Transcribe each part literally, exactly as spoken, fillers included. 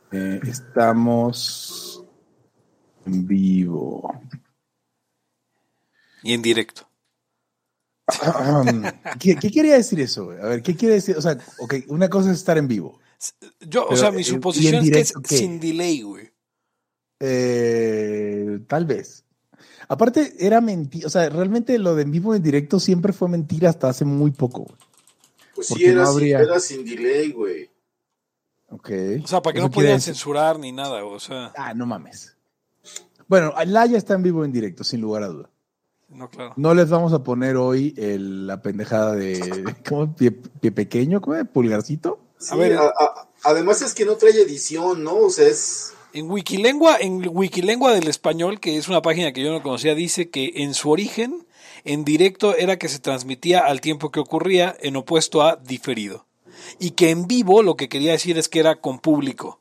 Eh, estamos en vivo. Y en directo. ¿Qué, ¿Qué quería decir eso, güey? A ver, ¿qué quiere decir? O sea, okay, una cosa es estar en vivo. Yo, Pero, o sea, mi eh, suposición directo, es que es ¿qué? sin delay, güey. Eh, tal vez. Aparte, era mentira. O sea, realmente lo de en vivo en directo siempre fue mentira hasta hace muy poco, güey. Pues Porque sí, era, no habría... sin, era sin delay, güey. Ok. O sea, para que Eso no podían decir... censurar ni nada, o sea. Ah, no mames. Bueno, Laya está en vivo en directo, sin lugar a duda. No, claro. No les vamos a poner hoy el, la pendejada de... ¿Cómo? ¿Pie, pie pequeño? ¿Cómo? ¿Pulgarcito? Sí, a ver, a, a, además es que no trae edición, ¿no? O sea, es... En Wikilengua, en Wikilengua del Español, que es una página que yo no conocía, dice que en su origen, en directo era que se transmitía al tiempo que ocurría, en opuesto a diferido. Y que en vivo lo que quería decir es que era con público.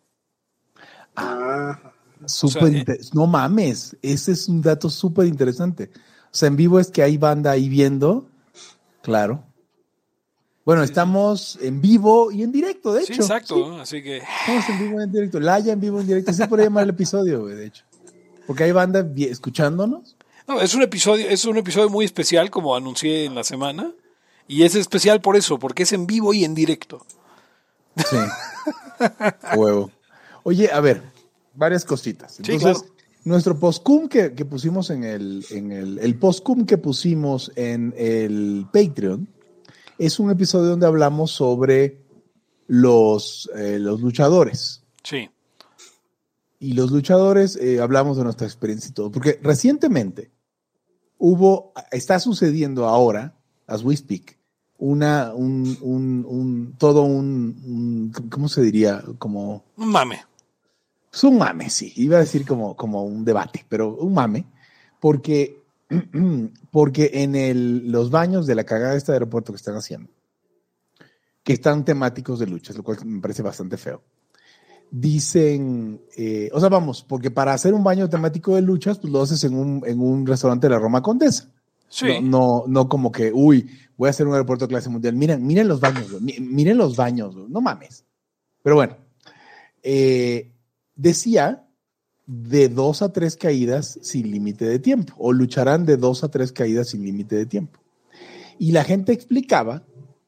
Ah, súper o sea, inter... No mames, ese es un dato súper interesante. O sea, en vivo es que hay banda ahí viendo, claro. Bueno, sí, estamos sí. en vivo y en directo, de sí, hecho. Exacto, sí, exacto, así que... Estamos en vivo y en directo. Laya en vivo y en directo, así se podría llamar el episodio, güey, de hecho. Porque hay banda escuchándonos. No, es un episodio, es un episodio muy especial, como anuncié en la semana. Y es especial por eso, porque es en vivo y en directo. Sí. Huevo. Oye, a ver, varias cositas. Entonces, sí, claro. Nuestro postcum que, que pusimos en el, en el, el postcum que pusimos en el Patreon es un episodio donde hablamos sobre los, eh, los luchadores. Sí. Y los luchadores, eh, hablamos de nuestra experiencia y todo, porque recientemente hubo, está sucediendo ahora, as we speak, una, un, un, un todo un, un, ¿cómo se diría? Como... Un mame. Es un mame, sí. Iba a decir como, como un debate, pero un mame, porque, porque en el, los baños de la cagada de este aeropuerto que están haciendo, que están temáticos de luchas, lo cual me parece bastante feo, dicen, eh, o sea, vamos, porque para hacer un baño temático de luchas, pues lo haces en un, en un restaurante de la Roma Condesa. Sí. No, no, no como que, uy, voy a hacer un aeropuerto de clase mundial. Miren, miren los baños, miren los baños, no mames. Pero bueno, eh, decía de dos a tres caídas sin límite de tiempo, o lucharán de dos a tres caídas sin límite de tiempo. Y la gente explicaba,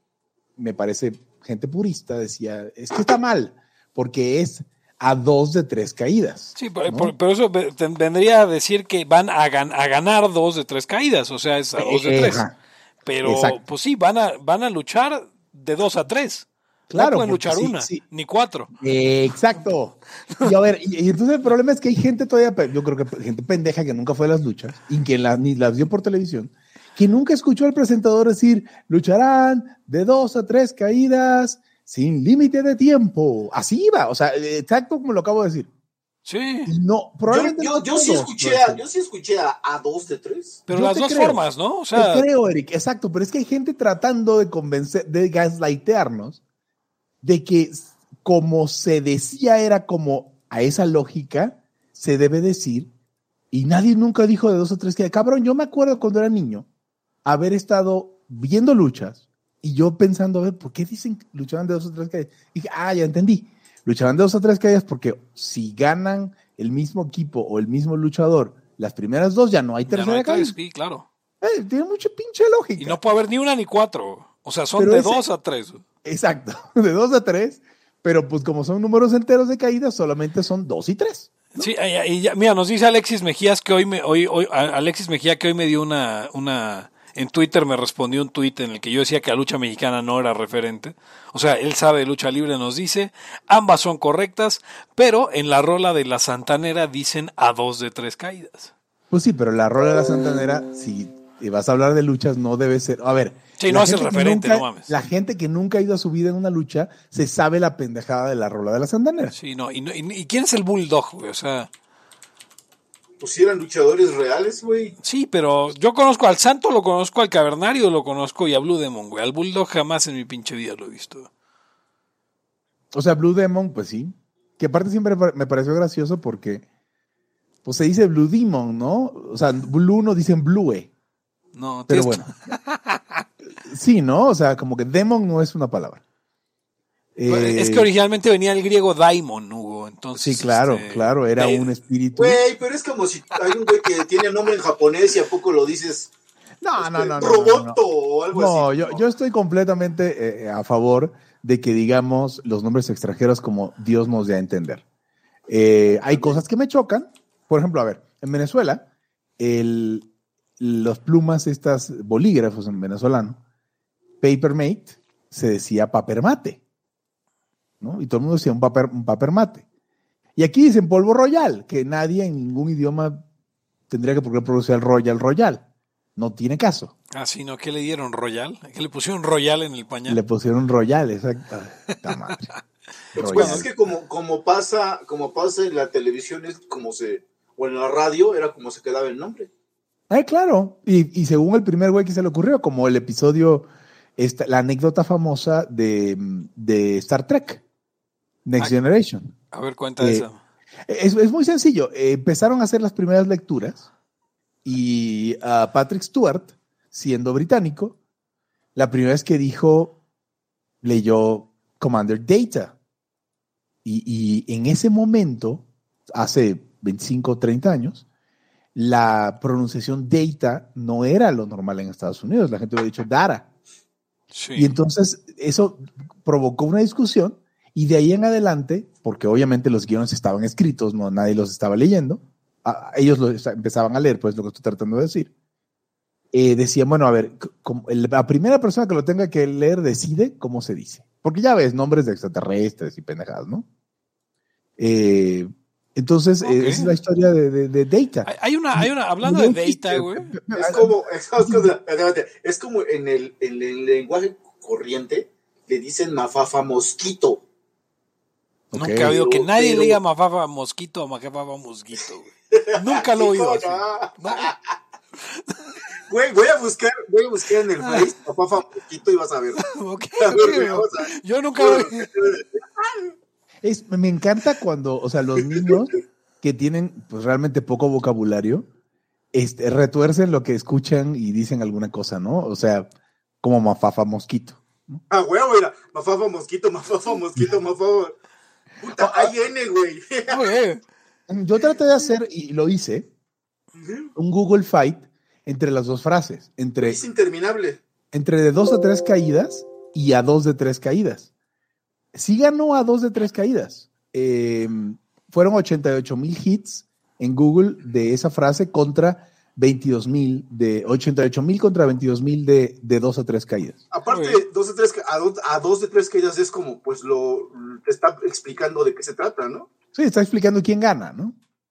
me parece gente purista, decía, es que está mal, porque es a dos de tres caídas. Sí, pero, ¿no? pero eso vendría a decir que van a, gan a ganar dos de tres caídas, o sea, es a dos de tres. Ajá. Pero, Exacto. pues sí, van a, van a luchar de dos a tres. Claro, no pueden luchar sí, una, sí. ni cuatro. Eh, exacto. Y a ver, y, y entonces el problema es que hay gente todavía, yo creo que gente pendeja que nunca fue a las luchas y que la, ni las vio por televisión, que nunca escuchó al presentador decir, lucharán de dos a tres caídas sin límite de tiempo. Así iba, o sea, exacto como lo acabo de decir. Sí. Y no, probablemente yo, yo, no yo, sí escuché a, yo sí escuché a, a dos de tres. Pero yo las dos creo, formas, ¿no? O sea, te creo, Eric, exacto, pero es que hay gente tratando de convencer, de gaslightearnos de que como se decía era como a esa lógica se debe decir, y nadie nunca dijo de dos o tres que cabrón, yo me acuerdo cuando era niño haber estado viendo luchas y yo pensando, a ver, ¿por qué dicen que luchaban de dos o tres caídas? Y dije, ah, ya entendí, luchaban de dos o tres caídas porque si ganan el mismo equipo o el mismo luchador las primeras dos ya no hay tercera ya no hay caída. tres, sí, claro. Eh, tiene mucha pinche lógica. Y no puede haber ni una ni cuatro, o sea, son Pero de ese, dos a tres. Exacto, de dos a tres, pero pues como son números enteros de caídas, solamente son dos y tres. ¿No? Sí, y, y ya, mira, nos dice Alexis Mejías que hoy me, hoy, hoy, Alexis Mejía que hoy me dio una, una, en Twitter me respondió un tuit en el que yo decía que la lucha mexicana no era referente. O sea, él sabe de lucha libre, nos dice, ambas son correctas, pero en la rola de la Santanera dicen a dos de tres caídas. Pues sí, pero la rola de la Santanera, si vas a hablar de luchas, no debe ser, a ver. Sí, no es el referente, nunca, no mames. La gente que nunca ha ido a su vida en una lucha se sabe la pendejada de la rola de la Santanera. Sí, no, y, y, y ¿quién es el Bulldog, güey? O sea... Pues si eran luchadores reales, güey. Sí, pero yo conozco al Santo, lo conozco al Cavernario, lo conozco y a Blue Demon, güey. Al Bulldog jamás en mi pinche vida lo he visto. O sea, Blue Demon, pues sí. Que aparte siempre me pareció gracioso porque, pues se dice Blue Demon, ¿no? O sea, Blue no dicen Blue. No, pero bueno. Sí, ¿no? O sea, como que Demon no es una palabra. Eh, es que originalmente venía el griego daimon, Hugo. Entonces, Sí, claro, este, claro, era de- un espíritu. Güey, pero es como si hay un güey que tiene nombre en japonés y a poco lo dices No, no, este, no, no, no, no, no. Roboto o algo No, así. yo, yo estoy completamente eh, a favor de que digamos los nombres extranjeros como Dios nos dé a entender. Eh, hay cosas que me chocan. Por ejemplo, a ver, en Venezuela, el, los plumas, estas bolígrafos en venezolano, papermate, se decía papermate, ¿no? Y todo el mundo decía un, paper, un papermate. Y aquí dicen polvo royal, que nadie en ningún idioma tendría que poder pronunciar royal royal. No tiene caso. Ah, sí, ¿no? ¿Qué le dieron? ¿Royal? ¿Qué le pusieron Royal en el pañal? Le pusieron royal, exacto. Esta madre. Pues Royal. es que como, como pasa, como pasa en la televisión, es como se, o en la radio, era como se quedaba el nombre. Ah, claro. Y, y según el primer güey que se le ocurrió, como el episodio, esta, la anécdota famosa de, de Star Trek, Next Ay. Generation. A ver, cuenta Eh, eso. Es, es muy sencillo. Eh, empezaron a hacer las primeras lecturas y uh, Patrick Stewart, siendo británico, la primera vez que dijo, leyó Commander Data. Y, y en ese momento, hace veinticinco o treinta años, la pronunciación data no era lo normal en Estados Unidos. La gente lo ha dicho data. Sí. Y entonces eso provocó una discusión y de ahí en adelante, porque obviamente los guiones estaban escritos, no nadie los estaba leyendo, a, ellos lo empezaban a leer, pues lo que estoy tratando de decir, eh, decían, bueno, a ver, como el, la primera persona que lo tenga que leer decide cómo se dice. Porque ya ves, nombres de extraterrestres y pendejadas, ¿no? Eh, entonces, Okay. eh, esa es la historia de, de, de Data. Hay, hay una, hay una, hablando de Data, güey. Es como, es, es como en el, en el lenguaje corriente le dicen mafafa mosquito. Nunca Okay. ha habido que Pero- nadie pero- le diga mafafa mosquito o mafafa mosquito, güey. Nunca lo he oído así. No. Güey, voy a buscar, voy a buscar en el Face mafafa mosquito y vas a ver. Ok, A ver, ok, vamos a- yo nunca lo he oído. Es, me encanta cuando, o sea, los niños que tienen pues realmente poco vocabulario, este, retuercen lo que escuchan y dicen alguna cosa, ¿no? O sea, como mafafa mosquito. Ah, güey, mira, mafafa mosquito, mafafa mosquito, mafafa. Puta, hay N, güey. Oye, Yo traté de hacer, y lo hice, un Google Fight entre las dos frases, entre, Es interminable. entre de dos a tres caídas y a dos de tres caídas. Sí ganó a dos de tres caídas. Eh, fueron ochenta y ocho mil hits en Google de esa frase contra veintidós mil, de ochenta y ocho mil contra veintidós mil de, de dos a tres caídas. Aparte, Oye. dos de tres, a, dos, a dos de tres caídas es como, pues, lo, te está explicando de qué se trata, ¿no? Sí, está explicando quién gana, ¿no?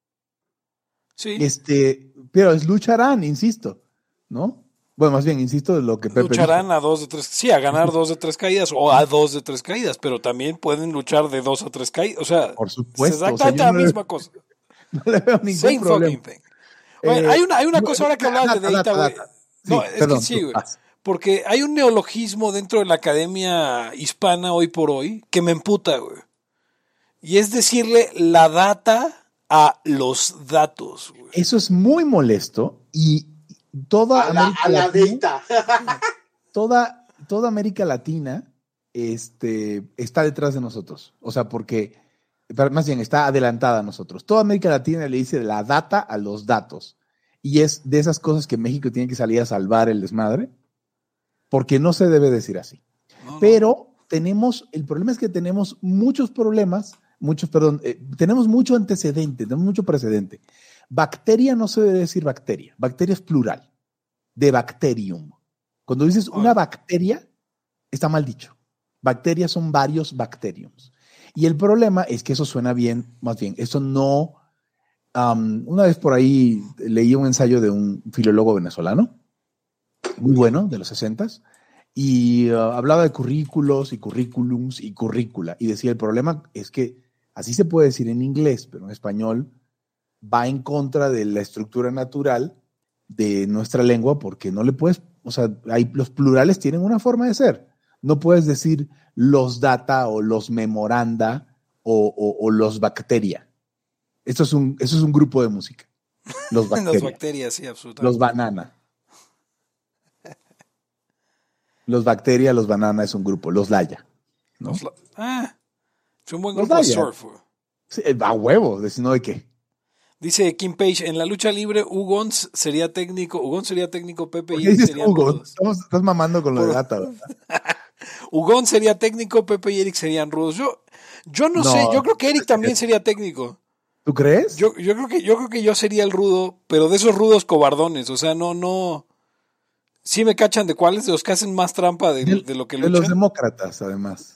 sí. Este, pero es lucharán, insisto, ¿no? Bueno, más bien, insisto, de lo que Pepe Lucharán dijo. a dos de tres, sí, a ganar dos de tres caídas o a dos de tres caídas, pero también pueden luchar de dos a tres caídas. O sea, Por supuesto, es o sea, exactamente yo la no le- misma cosa. No le veo ningún Same problema. fucking thing. Bueno, Eh, hay una, hay una no, cosa ahora que hablabas de data, data, data, güey. data. No, Sí, es perdón, que sí, tú, güey. vas. Porque hay un neologismo dentro de la academia hispana hoy por hoy que me emputa, güey. Y es decirle la data a los datos, güey. Eso es muy molesto y toda A la, América a la Latina, data. toda, toda América Latina este, está detrás de nosotros. O sea, porque, pero más bien, está adelantada a nosotros. Toda América Latina le dice la data a los datos. Y es de esas cosas que México tiene que salir a salvar el desmadre, porque no se debe decir así. No, no. Pero tenemos, el problema es que tenemos muchos problemas, muchos, perdón, eh, tenemos mucho antecedente, tenemos mucho precedente. Bacteria no se debe decir bacteria, bacteria es plural, de bacterium. Cuando dices una bacteria, está mal dicho. Bacterias son varios bacteriums. Y el problema es que eso suena bien, más bien, eso no... Um, una vez por ahí leí un ensayo de un filólogo venezolano, muy bueno, de los sesentas, y uh, hablaba de currículos y currículums y currícula, y decía, el problema es que así se puede decir en inglés, pero en español va en contra de la estructura natural de nuestra lengua, porque no le puedes, o sea, hay, los plurales tienen una forma de ser. No puedes decir los data o los memoranda o, o, o los bacteria. Esto es un, eso es un grupo de música. Los Las bacterias. bacterias, sí, absolutamente. Los banana. Los bacteria, los banana es un grupo. Los laya. ¿no? Los la- ah, es un buen Los grupo de Daya. surf, güey. Sí, a huevo, de si no de qué. Dice Kim Page, en la lucha libre, Ugons sería técnico, Ugons sería técnico, Pepe ¿Por y qué Eric dices serían Hugo? rudos. Estamos, estás mamando con lo Por- de data, ¿verdad? Ugón sería técnico, Pepe y Eric serían rudos. Yo, yo no, No. sé, yo creo que Eric también sería técnico. ¿Tú crees? Yo, yo creo que, yo creo que yo sería el rudo, pero de esos rudos cobardones, o sea, no, no. Sí me cachan de cuáles, de los que hacen más trampa de, de, de lo que de los luchan. demócratas, además.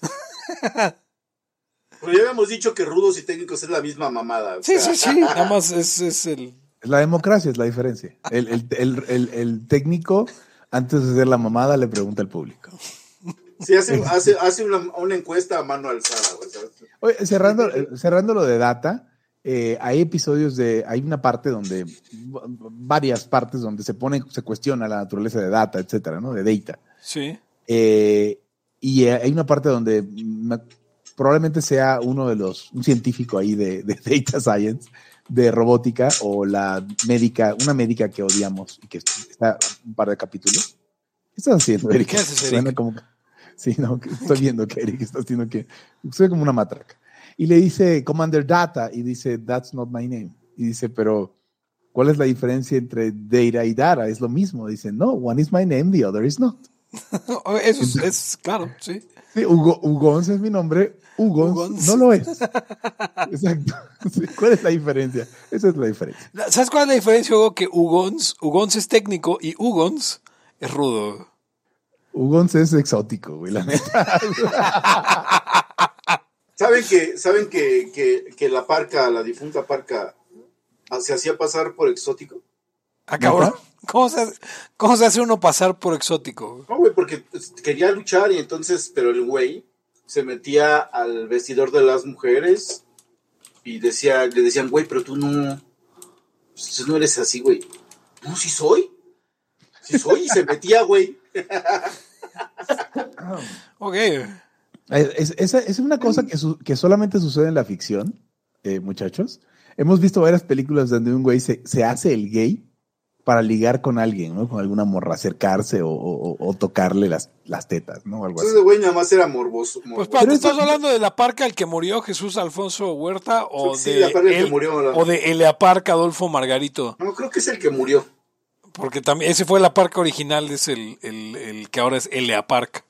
Pero ya habíamos dicho que rudos y técnicos es la misma mamada. o Sí, sea. sí, sí, nada más es, es el... Es la democracia, es la diferencia. El, el, el, el, el técnico, antes de hacer la mamada, le pregunta al público. Sí, hace, hace, hace una, una encuesta a mano alzada, güey. ¿sabes? Oye, cerrando, eh, cerrando lo de data, eh, hay episodios de, hay una parte donde, varias partes donde se pone, se cuestiona la naturaleza de data, etcétera, ¿no? De data. Sí. Eh, y eh, hay una parte donde me- probablemente sea uno de los, un científico ahí de, de data science, de robótica, o la médica, una médica que odiamos y que está un par de capítulos. ¿Qué estás haciendo, Eric? ¿Qué haces, Eric? Suena como que- sí, no, que estoy viendo que Eric está haciendo que, soy como una matraca. Y le dice Commander Data y dice, that's not my name. Y dice, pero ¿cuál es la diferencia entre data y data? Es lo mismo. Dice, no, one is my name, the other is not. Eso es, es claro, sí. Sí, Hugo, Ugons es mi nombre, Ugons, Ugons. no lo es. Exacto. Sí, ¿cuál es la diferencia? Esa es la diferencia. ¿Sabes cuál es la diferencia, Hugo? Que Ugons, Ugons es técnico y Ugons es rudo. Ugons es exótico, güey, la neta. ¿Saben que, saben que, que, que la parca, la difunta parca, se hacía pasar por exótico? Ah, cabrón. ¿Cómo se, hace, ¿Cómo se hace uno pasar por exótico? No, güey, porque pues, quería luchar y entonces, pero el güey se metía al vestidor de las mujeres y decía, le decían, güey, pero tú no, pues, tú no eres así, güey. No, sí soy. Sí soy y se metía, güey. Ok. Es, es, es una cosa que, su, que solamente sucede en la ficción, eh, muchachos. Hemos visto varias películas donde un güey se, se hace el gay para ligar con alguien, ¿no? Con alguna morra, acercarse o, o, o tocarle las, las tetas, ¿no? Algo así. Entonces, güey, nada más era morboso. morboso. Pues, pa, ¿te estás hablando de la parca al que murió Jesús Alfonso Huerta o sí, de la parca el, que murió, la... o de Eleaparca Adolfo Margarito? No, creo que es el que murió. Porque también ese fue la parca original, es el, el, el que ahora es Eleaparca.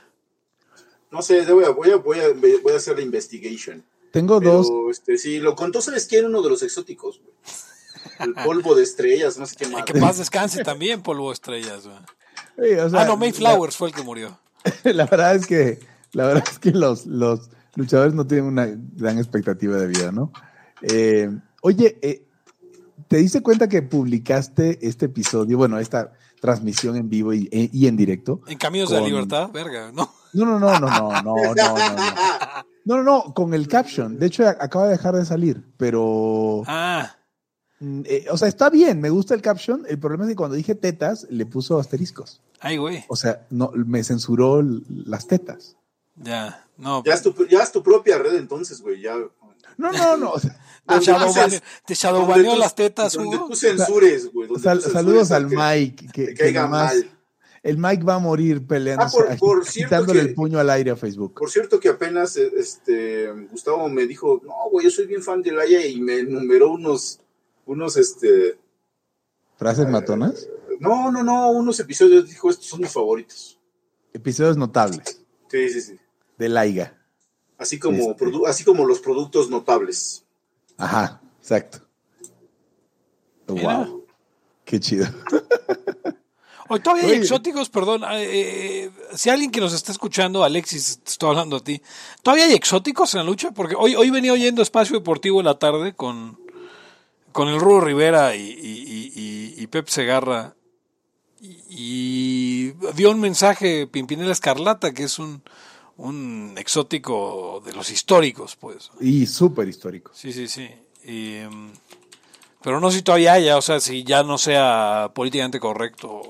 No sé, voy a, voy a, voy a, voy a hacer la investigation. Tengo Pero, dos. Este, sí, lo contó, ¿sabes quién? Uno de los exóticos, güey. El polvo de estrellas, no sé qué más. Que paz descanse también, polvo de estrellas. Sí, o sea, ah, no, Mayflowers la, fue el que murió. La verdad es que, la verdad es que los, los luchadores no tienen una gran expectativa de vida, ¿no? Eh, oye, eh, ¿te diste cuenta que publicaste este episodio, bueno, esta transmisión en vivo y, y en directo? En Caminos con... de la Libertad, verga, ¿no? No, no, no, no, no, no, no, no, no. No, no, no, con el caption. De hecho, acaba de dejar de salir, pero... Ah. Eh, o sea, está bien, me gusta el caption. El problema es que cuando dije tetas, le puso asteriscos. Ay, güey. O sea, no, me censuró las tetas. Ya, no. Ya es tu, ya es tu propia red entonces, güey, ya... No, no, no. O sea, te shadowbaneó shadowbaneo las tetas, Hugo. Donde tú censures, güey. Sal, saludos al Mike. Que, que caiga nomás, mal. El Mike va a morir peleando, ah, por, por quitándole que, el puño al aire a Facebook. Por cierto que apenas este Gustavo me dijo, no, güey, yo soy bien fan de Laia y me enumeró unos, unos, este... ¿Frases matonas? Eh, no, no, no, unos episodios, dijo, estos son mis favoritos. Episodios notables. Sí, sí, sí. De Laiga. Así como, este. produ- así como los productos notables. Ajá, exacto. Mira. Wow. Qué chido. Hoy todavía hay exóticos, perdón. Eh, si alguien que nos está escuchando, Alexis, te estoy hablando a ti. ¿Todavía hay exóticos en la lucha? Porque hoy, hoy venía oyendo Espacio Deportivo en la tarde con, con el Rudo Rivera y, y, y, y Pep Segarra. Y, y dio un mensaje Pimpinela Escarlata, que es un, un exótico de los históricos, pues. Y súper histórico. Sí, sí, sí. Y, pero no sé si todavía haya, o sea, si ya no sea políticamente correcto.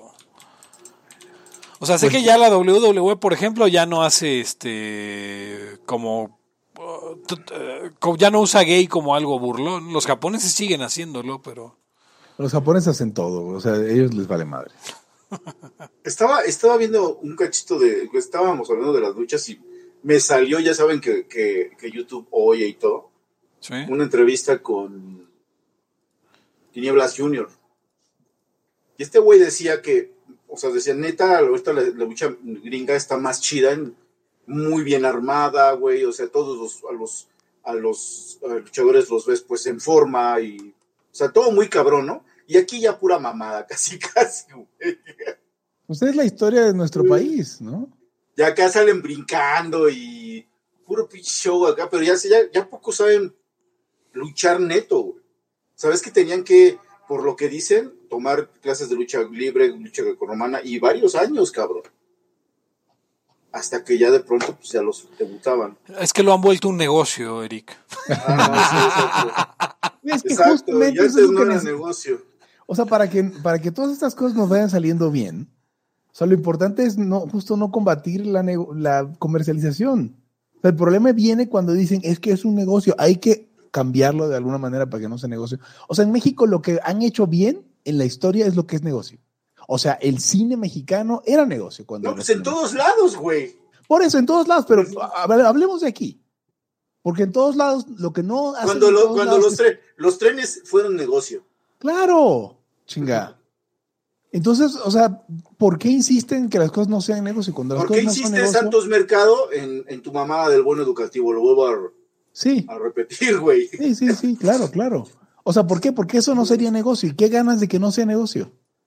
O sea, sé pues, que ya la W W E, por ejemplo, ya no hace este como uh, ya no usa gay como algo burlón. Los japoneses siguen haciéndolo, pero los japoneses hacen todo, o sea, a ellos les vale madre. Estaba, estaba viendo un cachito de, estábamos hablando de las luchas y me salió, ya saben que, que, que YouTube oye y todo, Sí. una entrevista con Tinieblas junior Y este güey decía que, o sea, decía, neta, ahorita la, la lucha gringa está más chida, muy bien armada, güey, o sea, todos los, a los, a los a luchadores los ves pues en forma y, o sea, todo muy cabrón, ¿no? Y aquí ya pura mamada, casi, casi, güey. Usted es la historia de nuestro país, ¿no? Ya acá salen brincando y puro pinche show acá, pero ya, ya, ya pocos saben luchar neto, güey. ¿Sabes que tenían que, por lo que dicen, tomar clases de lucha libre, lucha grecorromana y varios años, cabrón? Hasta que ya de pronto pues ya los debutaban. Es que lo han vuelto un negocio, Eric. Ah, no, sí, Es que exacto, justamente ya eso antes es lo no que era neces- negocio. O sea, para que, para que todas estas cosas nos vayan saliendo bien, o sea, lo importante es no, justo no combatir la, nego- la comercialización. O sea, el problema viene cuando dicen, es que es un negocio, hay que cambiarlo de alguna manera para que no sea negocio. O sea, en México lo que han hecho bien en la historia es lo que es negocio. O sea, el cine mexicano era negocio. Cuando No, era pues en cine todos lados, güey. Por eso, en todos lados, pero hable- hablemos de aquí. Porque en todos lados, lo que no hacen Cuando, en lo, todos cuando lados los, es- tre- los trenes fueron negocio. Claro, chinga. Entonces, o sea, ¿por qué insisten que las cosas no sean negocio? Cuando las ¿Por qué cosas no son insiste negocio, Santos Mercado en, en tu mamada del bono educativo? Lo vuelvo a, sí, a repetir, güey. sí, sí, sí, claro, claro. O sea, ¿por qué? Porque eso no sería negocio. ¿Y qué ganas de que no sea negocio?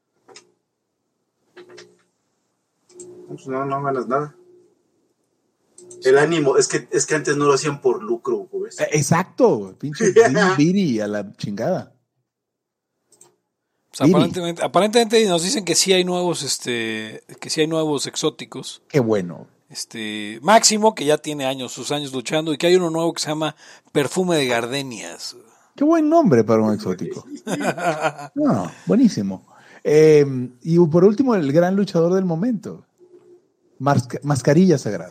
Pues no, no ganas nada. El ánimo, es que, es que antes no lo hacían por lucro, güey. Eh, Exacto, pinche biri, biri a la chingada. Pues Biri. aparentemente, aparentemente nos dicen que sí hay nuevos, este, que sí hay nuevos exóticos. Qué bueno. Este, Máximo, que ya tiene años, sus años luchando, y que hay uno nuevo que se llama Perfume de Gardenias. Qué buen nombre para un exótico. No, buenísimo. Eh, y por último, el gran luchador del momento. Masca- mascarilla sagrada.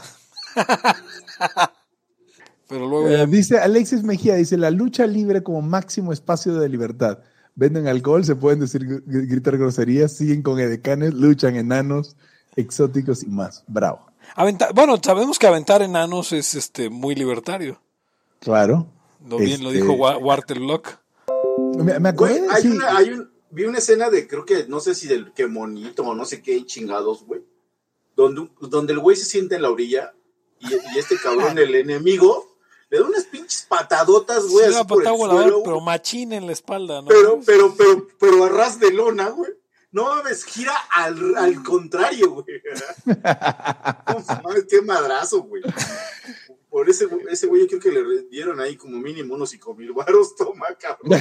Pero luego Eh, ya, dice Alexis Mejía, dice, la lucha libre como máximo espacio de libertad. Venden alcohol, se pueden decir, gr- gritar groserías, siguen con edecanes, luchan enanos, exóticos y más. Bravo. aventa- bueno, sabemos que aventar enanos es este muy libertario. Claro. Lo bien lo Este, dijo Wa- Waterlock. Me, me acordé, Güey, hay sí, una, hay un, vi una escena de, creo que, no sé si del que monito o no sé qué chingados, güey. Donde, donde el güey se sienta en la orilla y, y este cabrón, el enemigo, le da unas pinches patadotas, güey, Sí, así la por el patada voladora, suelo, pero güey. machín en la espalda, ¿no? Pero, pero, pero, pero a ras de lona, güey. No mames, gira al, al contrario, güey. No mames, qué madrazo, güey. Por ese, güey- ese güey, yo creo que le dieron ahí como mínimo unos cinco mil varos, toma, cabrón.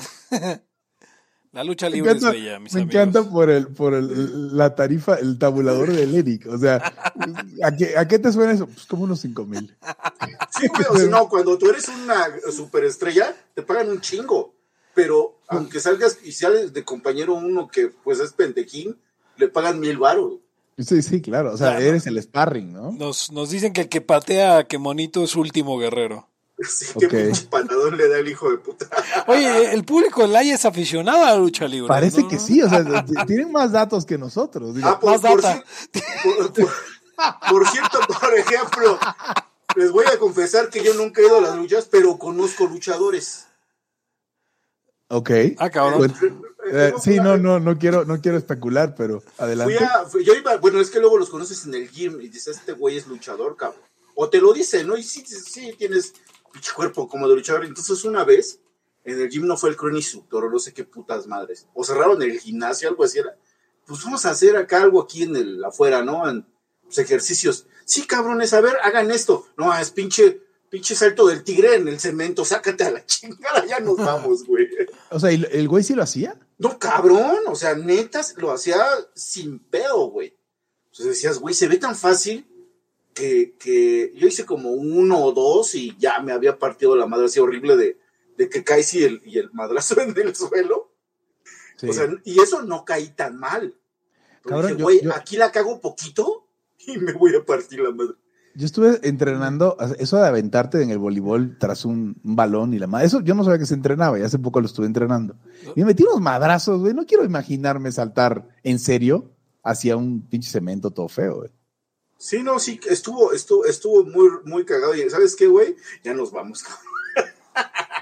La lucha me libre encanta, es bella, mis me amigos. encanta por, el, por el, la tarifa, el tabulador del Eric. O sea, ¿a qué, a qué te suena eso? Pues como unos cinco mil. Sí, güey, o sea, no, cuando tú eres una superestrella, te pagan un chingo. Pero aunque salgas y sales de compañero uno que pues es pendejín, le pagan mil varos. Sí, sí, claro. O sea, Claro. eres el sparring, ¿no? Nos, nos dicen que el que patea a que monito es último guerrero. Sí, qué Ok. pinche patadón le da el hijo de puta. Oye, el público del Laya es aficionado a la lucha libre. Parece ¿no? que sí, o sea, t- tienen más datos que nosotros. Digo, Ah, por, Más por, data. cier- por- por- por cierto, por ejemplo, les voy a confesar que yo nunca he ido a las luchas, pero conozco luchadores. ok. Ah, cabrón. Bueno, eh, sí, no, no, no quiero, no quiero especular, pero adelante. Fui a, fui- yo iba, bueno, es que luego los conoces en el gym y dices, este güey es luchador, cabrón. O te lo dice, ¿no? Y sí, sí, sí, tienes pinche cuerpo como de luchador. Entonces una vez, en el gym no fue el Crown Instructor o no sé qué putas madres. O cerraron el gimnasio, algo así. Era, pues vamos a hacer acá algo aquí en el, afuera, ¿no? En los ejercicios. Sí, cabrones, a ver, hagan esto. No, es pinche, pinche salto del tigre en el cemento. Sácate a la chingada, ya nos vamos, güey. O sea, ¿y ¿el güey sí lo hacía? No, cabrón, o sea, netas lo hacía sin pedo, güey. Entonces decías, güey, se ve tan fácil que, que yo hice como uno o dos y ya me había partido la madre así horrible de, de que caes y el, y el madrazo en el suelo. Sí. O sea, y eso no caí tan mal. Pero Cabrón, dije, yo- güey, yo- aquí la cago poquito y me voy a partir la madre. Yo estuve entrenando, eso de aventarte en el voleibol tras un, un balón y la madre, eso yo no sabía que se entrenaba y hace poco lo estuve entrenando. Y me metí unos madrazos, güey, no quiero imaginarme saltar en serio hacia un pinche cemento todo feo, güey. Sí, no, sí, estuvo, estuvo, estuvo muy, muy cagado. Y ¿sabes qué, güey? Ya nos vamos, cabrón.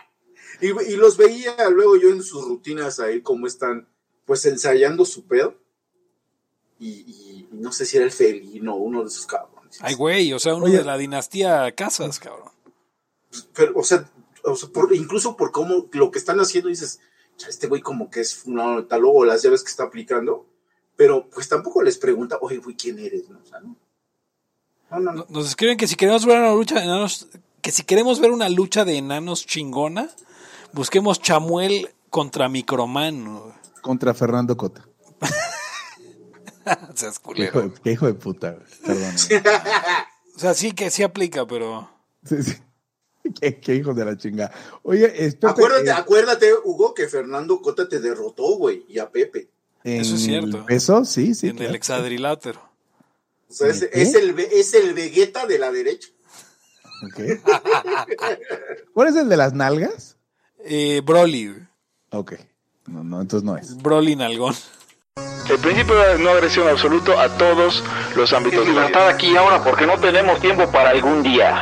Y, y los veía luego yo en sus rutinas ahí, como están, pues ensayando su pedo. Y, y, y no sé si era el Felino o uno de esos cabrones. Ay, güey, o sea, uno Oye. de la dinastía Casas, cabrón. Pero, o sea, o sea por, incluso por cómo lo que están haciendo, dices, este güey como que es un tal o las llaves que está aplicando, pero pues tampoco les pregunta, oye, güey, ¿quién eres? ¿No? O sea, no. No, no, no. Nos escriben que si queremos ver una lucha de enanos, que si queremos ver una lucha de enanos chingona, busquemos Chamuel contra Microman. Contra Fernando Cota. Seas Qué hijo, culero. de, qué hijo de puta, güey. Perdón. O sea, sí que sí aplica, pero... Sí, sí. Qué, qué hijo de la chingada. Oye, espérate, Acuérdate, eh, acuérdate, Hugo, que Fernando Cota te derrotó, güey, y a Pepe. en Eso es cierto. el peso, sí, sí. en claro. el hexadrilátero. O sea, es, ¿Eh? es, el, Ve- es el Vegeta de la derecha. Ok. ¿Cuál es el de las nalgas? Eh, Broly. güey. Ok. No, no, entonces no es. Broly Nalgón. El principio de no agresión absoluto a todos los ámbitos de la vida. Libertad aquí y ahora porque no tenemos tiempo para algún día.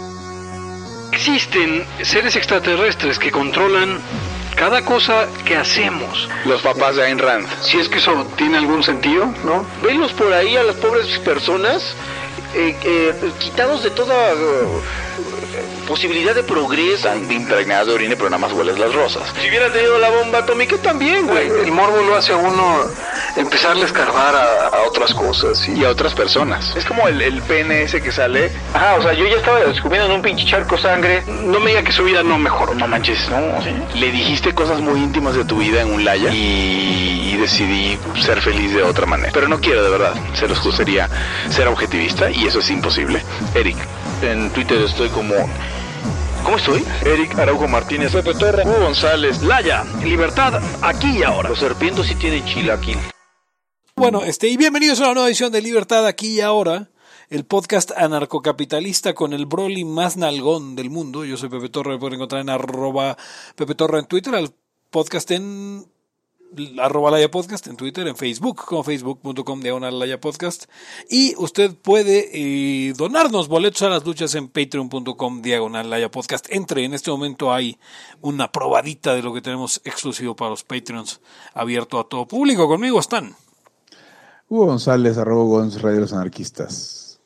Existen seres extraterrestres que controlan cada cosa que hacemos. Los papás de Ayn Rand. Si es que eso tiene algún sentido, ¿no? Venlos por ahí a las pobres personas eh, eh, quitados de toda uh, posibilidad de progreso. Están impregnadas de orina, pero nada más hueles las rosas. Si hubieran tenido la bomba atómica también, güey. El morbo lo hace a uno empezarle a escarbar a, a otras cosas. Y a otras personas. Es como el, el pene ese que sale. Ajá, o sea, yo ya estaba descubriendo en un pinche charco sangre. No me diga que su vida no mejoró. No manches, no. ¿Sí? Le dijiste cosas muy íntimas de tu vida en un laya y, y decidí ser feliz de otra manera. Pero no quiero, de verdad. Se los juro, sería ser objetivista y eso es imposible. Eric, en Twitter estoy como... ¿Cómo estoy? Eric Araujo Martínez, Pepe Torre, Hugo González, Laya, libertad aquí y ahora. Los serpientes sí tienen chilaquil. Bueno, este, y bienvenidos a una nueva edición de Libertad aquí y ahora, el podcast anarcocapitalista con el Broly más nalgón del mundo. Yo soy Pepe Torre, me pueden encontrar en arroba Pepe Torre en Twitter, al podcast en arroba Laya Podcast en Twitter, en Facebook, como facebook punto com diagonal Laya Podcast. Y usted puede eh, donarnos boletos a las luchas en patreon punto com diagonal Laya Podcast. Entre, en este momento hay una probadita de lo que tenemos exclusivo para los Patreons, abierto a todo público. Conmigo están Hugo González, arroba Gonz, Radio de los Anarquistas.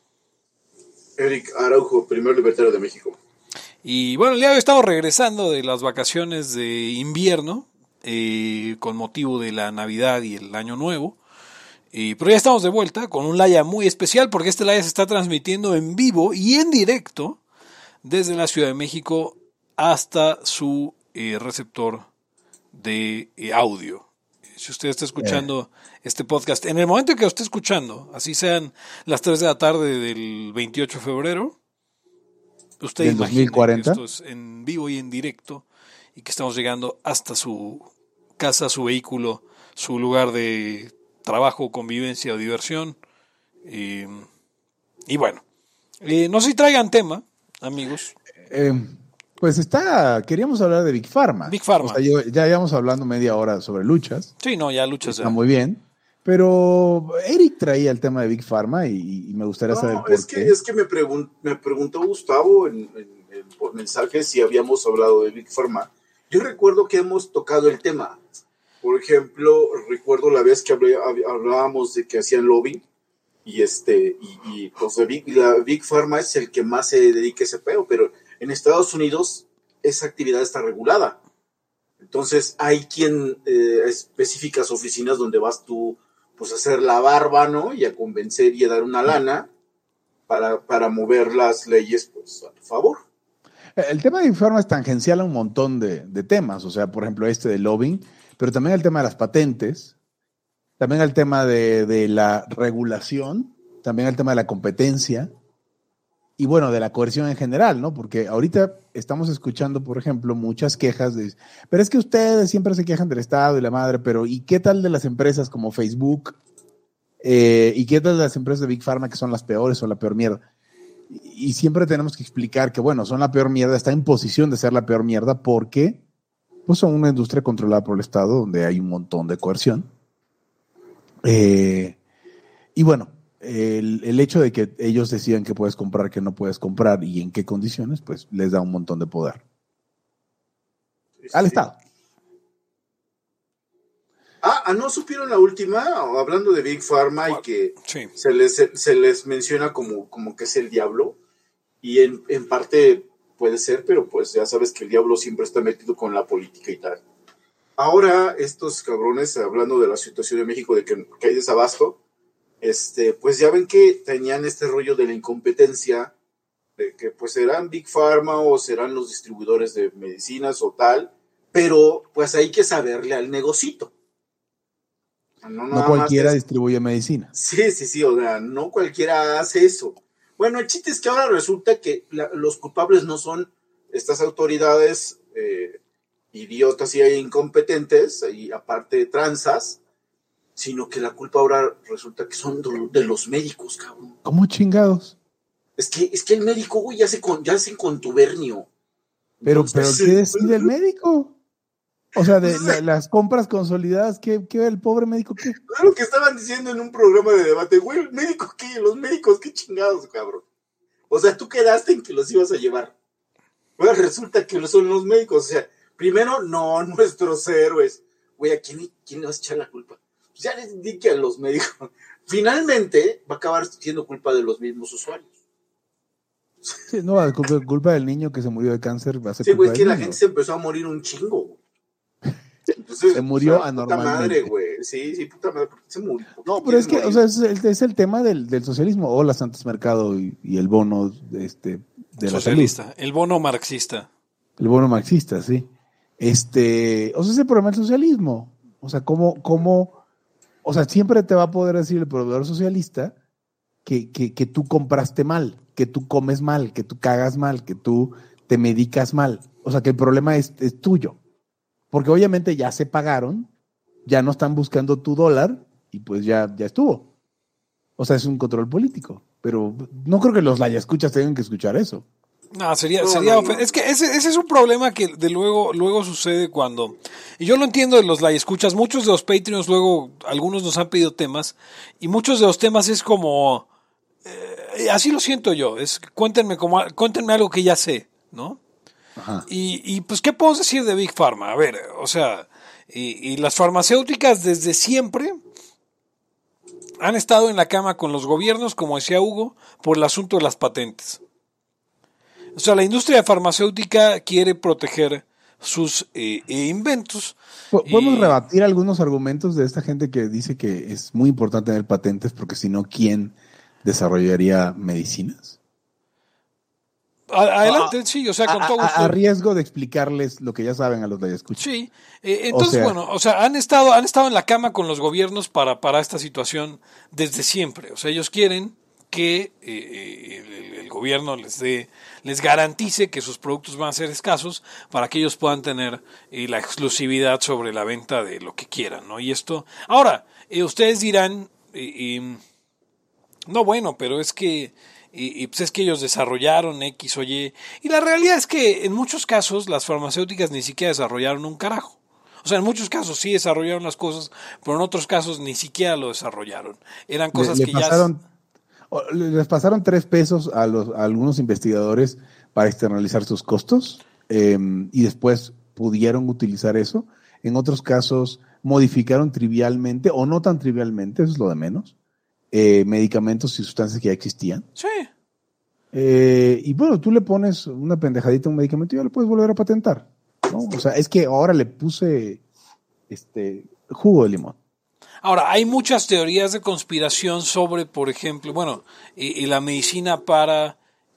Eric Araujo, primer libertario de México. Y bueno, el día de hoy estamos regresando de las vacaciones de invierno, eh, con motivo de la Navidad y el Año Nuevo. Eh, pero ya estamos de vuelta con un Laya muy especial, porque este Laya se está transmitiendo en vivo y en directo desde la Ciudad de México hasta su eh, receptor de eh, audio. Si usted está escuchando eh. este podcast, en el momento en que lo esté escuchando, así sean las tres de la tarde del veintiocho de febrero, usted ¿Del imagine dos mil cuarenta? que esto es en vivo y en directo y que estamos llegando hasta su casa, su vehículo, su lugar de trabajo, convivencia o diversión. Eh, y bueno, eh, no sé si traigan tema, amigos. Eh, pues está, queríamos hablar de Big Pharma. Big Pharma. O sea, yo, ya llevamos hablando media hora sobre luchas. Sí, no, ya luchas. Está muy bien. Pero Eric traía el tema de Big Pharma y, y me gustaría No, saber por es qué. que, es que me, pregun- me preguntó Gustavo en, en- en- por mensaje si habíamos hablado de Big Pharma. Yo recuerdo que hemos tocado el tema. Por ejemplo, recuerdo la vez que hablé- hab- hablábamos de que hacían lobbying y este y, y pues la Big, la Big Pharma es el que más se dedica a ese pedo, pero en Estados Unidos esa actividad está regulada. Entonces hay quien eh, específicas oficinas donde vas tú pues a hacer la barba, ¿no? Y a convencer y a dar una lana para, para mover las leyes pues a tu favor. El tema de Big Pharma es tangencial a un montón de, de temas. O sea, por ejemplo, este de lobbying, pero también el tema de las patentes, también el tema de, de la regulación, también el tema de la competencia y bueno, de la coerción en general, ¿no? Porque ahorita estamos escuchando, por ejemplo, muchas quejas de, pero es que ustedes siempre se quejan del Estado y la madre, pero ¿y qué tal de las empresas como Facebook? Eh, ¿y qué tal de las empresas de Big Pharma que son las peores o la peor mierda? Y, y siempre tenemos que explicar que, bueno, son la peor mierda, está en posición de ser la peor mierda porque pues son una industria controlada por el Estado donde hay un montón de coerción. Eh, y bueno, El, el hecho de que ellos decidan qué puedes comprar, qué no puedes comprar y en qué condiciones, pues les da un montón de poder. al Estado. Ah, ah, ¿no supieron la última? Hablando de Big Pharma y que sí. se, les, se, se les menciona como, como que es el diablo. Y en, en parte puede ser, pero pues ya sabes que el diablo siempre está metido con la política y tal. Ahora, estos cabrones, hablando de la situación de México, de que, que hay desabasto, este, pues ya ven que tenían este rollo de la incompetencia, de que pues serán Big Pharma o serán los distribuidores de medicinas o tal, pero pues hay que saberle al negocito. No, no cualquiera es... distribuye medicina. Sí, sí, sí, o sea, no cualquiera hace eso. Bueno, el chiste es que ahora resulta que la, los culpables no son estas autoridades eh, idiotas y incompetentes, y aparte tranzas, sino que la culpa ahora resulta que son de los médicos, cabrón. ¿Cómo chingados? Es que, es que el médico, güey, ya se, con, ya se contubernio. Pero, Entonces, pero ¿qué decide el médico? O sea, de la, las compras consolidadas, ¿qué, qué el pobre médico qué? Claro que estaban diciendo en un programa de debate, güey, ¿el médico qué? Los médicos, qué chingados, cabrón. O sea, tú quedaste en que los ibas a llevar. Bueno, resulta que son los médicos. O sea, primero, no, nuestros héroes. Güey, ¿a quién, quién le vas a echar la culpa? Pues ya les di que a los médicos. Finalmente, va a acabar siendo culpa de los mismos usuarios. Sí, no, culpa, culpa del niño que se murió de cáncer va a ser sí, culpa güey, es que la niño. gente se empezó a morir un chingo, güey. Entonces, se murió o sea, anormalmente. Puta madre, güey. Sí, sí, puta madre. Se murió. No, pero es que, morir? o sea, es el, es el tema del, del socialismo, o la Santos Mercado y, y el bono de, este, de la socialista, salud. El bono marxista. El bono marxista, sí. Este, o sea, es el problema del socialismo. O sea, cómo, cómo, o sea, siempre te va a poder decir el proveedor socialista que, que, que tú compraste mal, que tú comes mal, que tú cagas mal, que tú te medicas mal. O sea, que el problema es, es tuyo. Porque obviamente ya se pagaron, ya no están buscando tu dólar y pues ya, ya estuvo. O sea, es un control político. Pero no creo que los layascuchas tengan que escuchar eso. No, sería, sería no, no, no. Es que ese, ese es un problema que de luego, luego sucede cuando, y yo lo entiendo de los layascuchas, muchos de los Patreons luego, algunos nos han pedido temas, y muchos de los temas es como, eh, así lo siento yo, es cuéntenme como, cuéntenme algo que ya sé, ¿no? Ajá. Y, y pues, ¿qué podemos decir de Big Pharma? A ver, o sea, y, y las farmacéuticas desde siempre han estado en la cama con los gobiernos, como decía Hugo, por el asunto de las patentes. O sea, la industria farmacéutica quiere proteger sus eh, eh, inventos. ¿Podemos y... rebatir algunos argumentos de esta gente que dice que es muy importante tener patentes porque si no, ¿quién desarrollaría medicinas? Adelante, ah, sí, o sea, con a, todo gusto. A, a riesgo de explicarles lo que ya saben a los de escucha. Sí, eh, entonces, o sea, bueno, o sea, han estado, han estado en la cama con los gobiernos para, para esta situación desde siempre. O sea, ellos quieren que eh, el, el gobierno les dé, les garantice que sus productos van a ser escasos para que ellos puedan tener eh, la exclusividad sobre la venta de lo que quieran, ¿no? Y esto, ahora, eh, ustedes dirán, eh, eh, no, bueno, pero es que Y, y pues es que ellos desarrollaron X o Y. Y la realidad es que en muchos casos las farmacéuticas ni siquiera desarrollaron un carajo. O sea, en muchos casos sí desarrollaron las cosas, pero en otros casos ni siquiera lo desarrollaron. Eran cosas le, le que pasaron, ya... Les pasaron tres pesos a, los, a algunos investigadores para externalizar sus costos eh, y después pudieron utilizar eso. En otros casos modificaron trivialmente, o no tan trivialmente, eso es lo de menos, Eh, medicamentos y sustancias que ya existían. Sí. Eh, y bueno, tú le pones una pendejadita a un medicamento y ya lo puedes volver a patentar, ¿no? O sea, es que ahora le puse este jugo de limón. Ahora, hay muchas teorías de conspiración sobre, por ejemplo, bueno, eh, eh, la medicina para,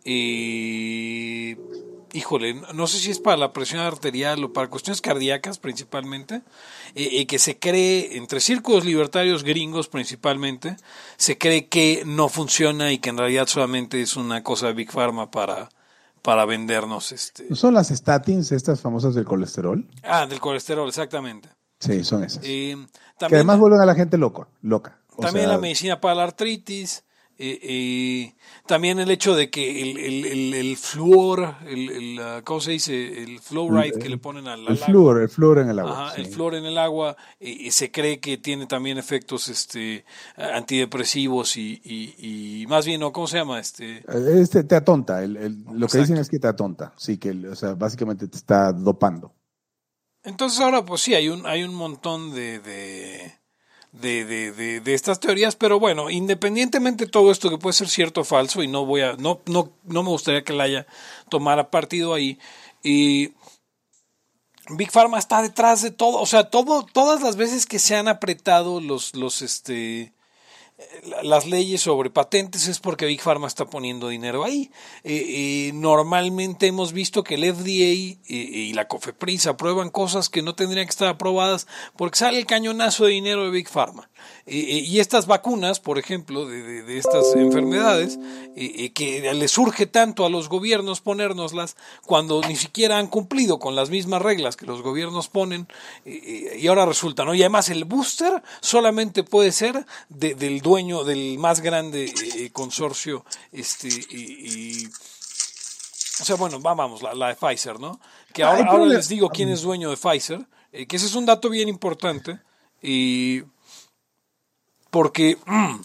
eh, híjole, no sé si es para la presión arterial o para cuestiones cardíacas principalmente, eh, eh, que se cree, entre círculos libertarios gringos principalmente, se cree que no funciona y que en realidad solamente es una cosa de Big Pharma para, para vendernos. este. ¿No son las statins, estas famosas del colesterol? Ah, del colesterol, exactamente. Sí, son esas. Eh, también, que además vuelven a la gente loca. loca. O también sea, la medicina para la artritis. Eh, eh, también el hecho de que el, el, el, el flúor, el, el, ¿cómo se dice? El fluoride el, que le ponen al, al el flúor, el flúor en el agua. Ajá, sí. El flúor en el agua, eh, se cree que tiene también efectos este, antidepresivos y, y, y más bien, ¿no? ¿Cómo se llama? Este, este te atonta, el, el, lo Exacto. que dicen es que te atonta, sí, que o sea, básicamente te está dopando. Entonces ahora pues sí, hay un, hay un montón de, de, de, de, de, de estas teorías, pero bueno, independientemente de todo esto que puede ser cierto o falso, y no voy a, no, no, no me gustaría que Laia tomara partido ahí, y Big Pharma está detrás de todo, o sea, todo, todas las veces que se han apretado los, los, este, las leyes sobre patentes es porque Big Pharma está poniendo dinero ahí. Eh, eh, normalmente hemos visto que el F D A y, y la COFEPRIS aprueban cosas que no tendrían que estar aprobadas porque sale el cañonazo de dinero de Big Pharma. Eh, eh, y estas vacunas, por ejemplo, de, de, de estas enfermedades, eh, eh, que les surge tanto a los gobiernos ponérnoslas cuando ni siquiera han cumplido con las mismas reglas que los gobiernos ponen, eh, eh, y ahora resulta, ¿no? Y además el booster solamente puede ser de, del dueño del más grande eh, consorcio, este, y, y, o sea, bueno, vamos, la, la de Pfizer, ¿no? Que ahora, Ay, ahora le... les digo quién es dueño de Pfizer, eh, que ese es un dato bien importante, y porque, mm,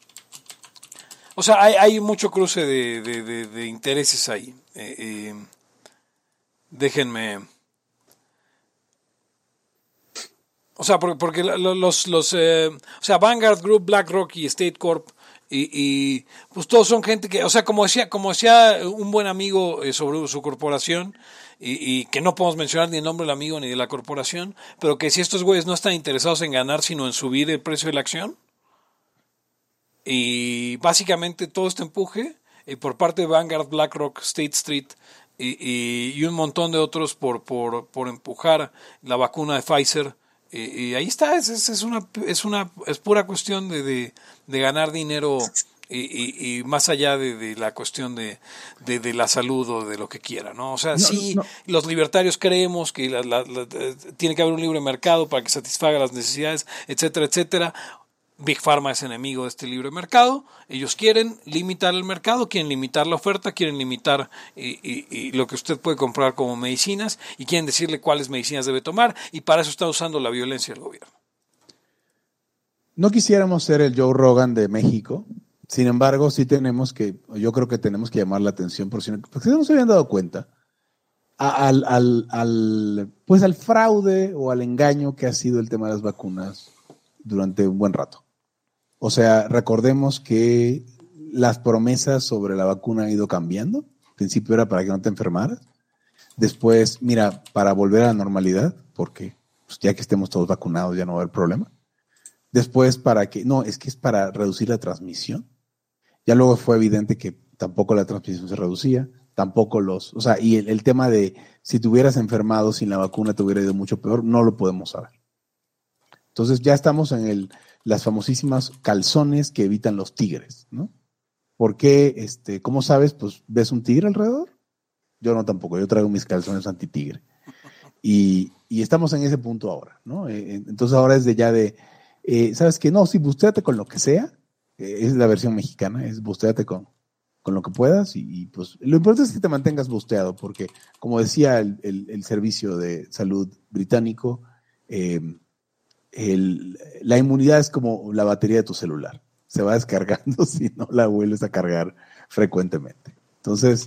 o sea, hay, hay mucho cruce de, de, de, de intereses ahí. Eh, eh, déjenme... O sea, porque, porque los, los eh, o sea, Vanguard Group, BlackRock y State Corp, y, y pues todos son gente que, o sea, como decía, como decía un buen amigo eh, sobre su corporación, y, y que no podemos mencionar ni el nombre del amigo ni de la corporación, pero que si estos güeyes no están interesados en ganar, sino en subir el precio de la acción, y básicamente todo este empuje eh, por parte de Vanguard, BlackRock, State Street y, y, y un montón de otros por, por, por empujar la vacuna de Pfizer. Y, y ahí está, es, es, es una es una es pura cuestión de, de, de ganar dinero, y, y, y más allá de, de la cuestión de, de, de la salud o de lo que quiera, ¿no? O sea, no, sí, no. Los libertarios creemos que la, la, la, tiene que haber un libre mercado para que satisfaga las necesidades, etcétera, etcétera. Big Pharma es enemigo de este libre mercado. Ellos quieren limitar el mercado, quieren limitar la oferta, quieren limitar y, y, y lo que usted puede comprar como medicinas, y quieren decirle cuáles medicinas debe tomar, y para eso está usando la violencia del gobierno. No quisiéramos ser el Joe Rogan de México, sin embargo sí tenemos que, yo creo que tenemos que llamar la atención, por si no, porque no se habían dado cuenta, a, al, al, al, pues al fraude o al engaño que ha sido el tema de las vacunas durante un buen rato. O sea, recordemos que las promesas sobre la vacuna han ido cambiando. Al principio era para que no te enfermaras. Después, mira, para volver a la normalidad, porque pues, ya que estemos todos vacunados ya no va a haber problema. Después, para que, no, es que es para reducir la transmisión. Ya luego fue evidente que tampoco la transmisión se reducía, tampoco los, o sea, y el, el tema de si te hubieras enfermado sin la vacuna te hubiera ido mucho peor, no lo podemos saber. Entonces ya estamos en el, las famosísimas calzones que evitan los tigres, ¿no? ¿Por qué? Este, ¿cómo sabes? Pues, ¿ves un tigre alrededor? Yo no tampoco, yo traigo mis calzones anti-tigre. Y, y estamos en ese punto ahora, ¿no? Eh, entonces ahora es de ya de, eh, ¿sabes qué? No, sí, bustéate con lo que sea, eh, es la versión mexicana, es bustéate con, con lo que puedas, y, y pues lo importante es que te mantengas busteado, porque como decía el, el, el servicio de salud británico, eh, El, la inmunidad es como la batería de tu celular, se va descargando si no la vuelves a cargar frecuentemente. Entonces,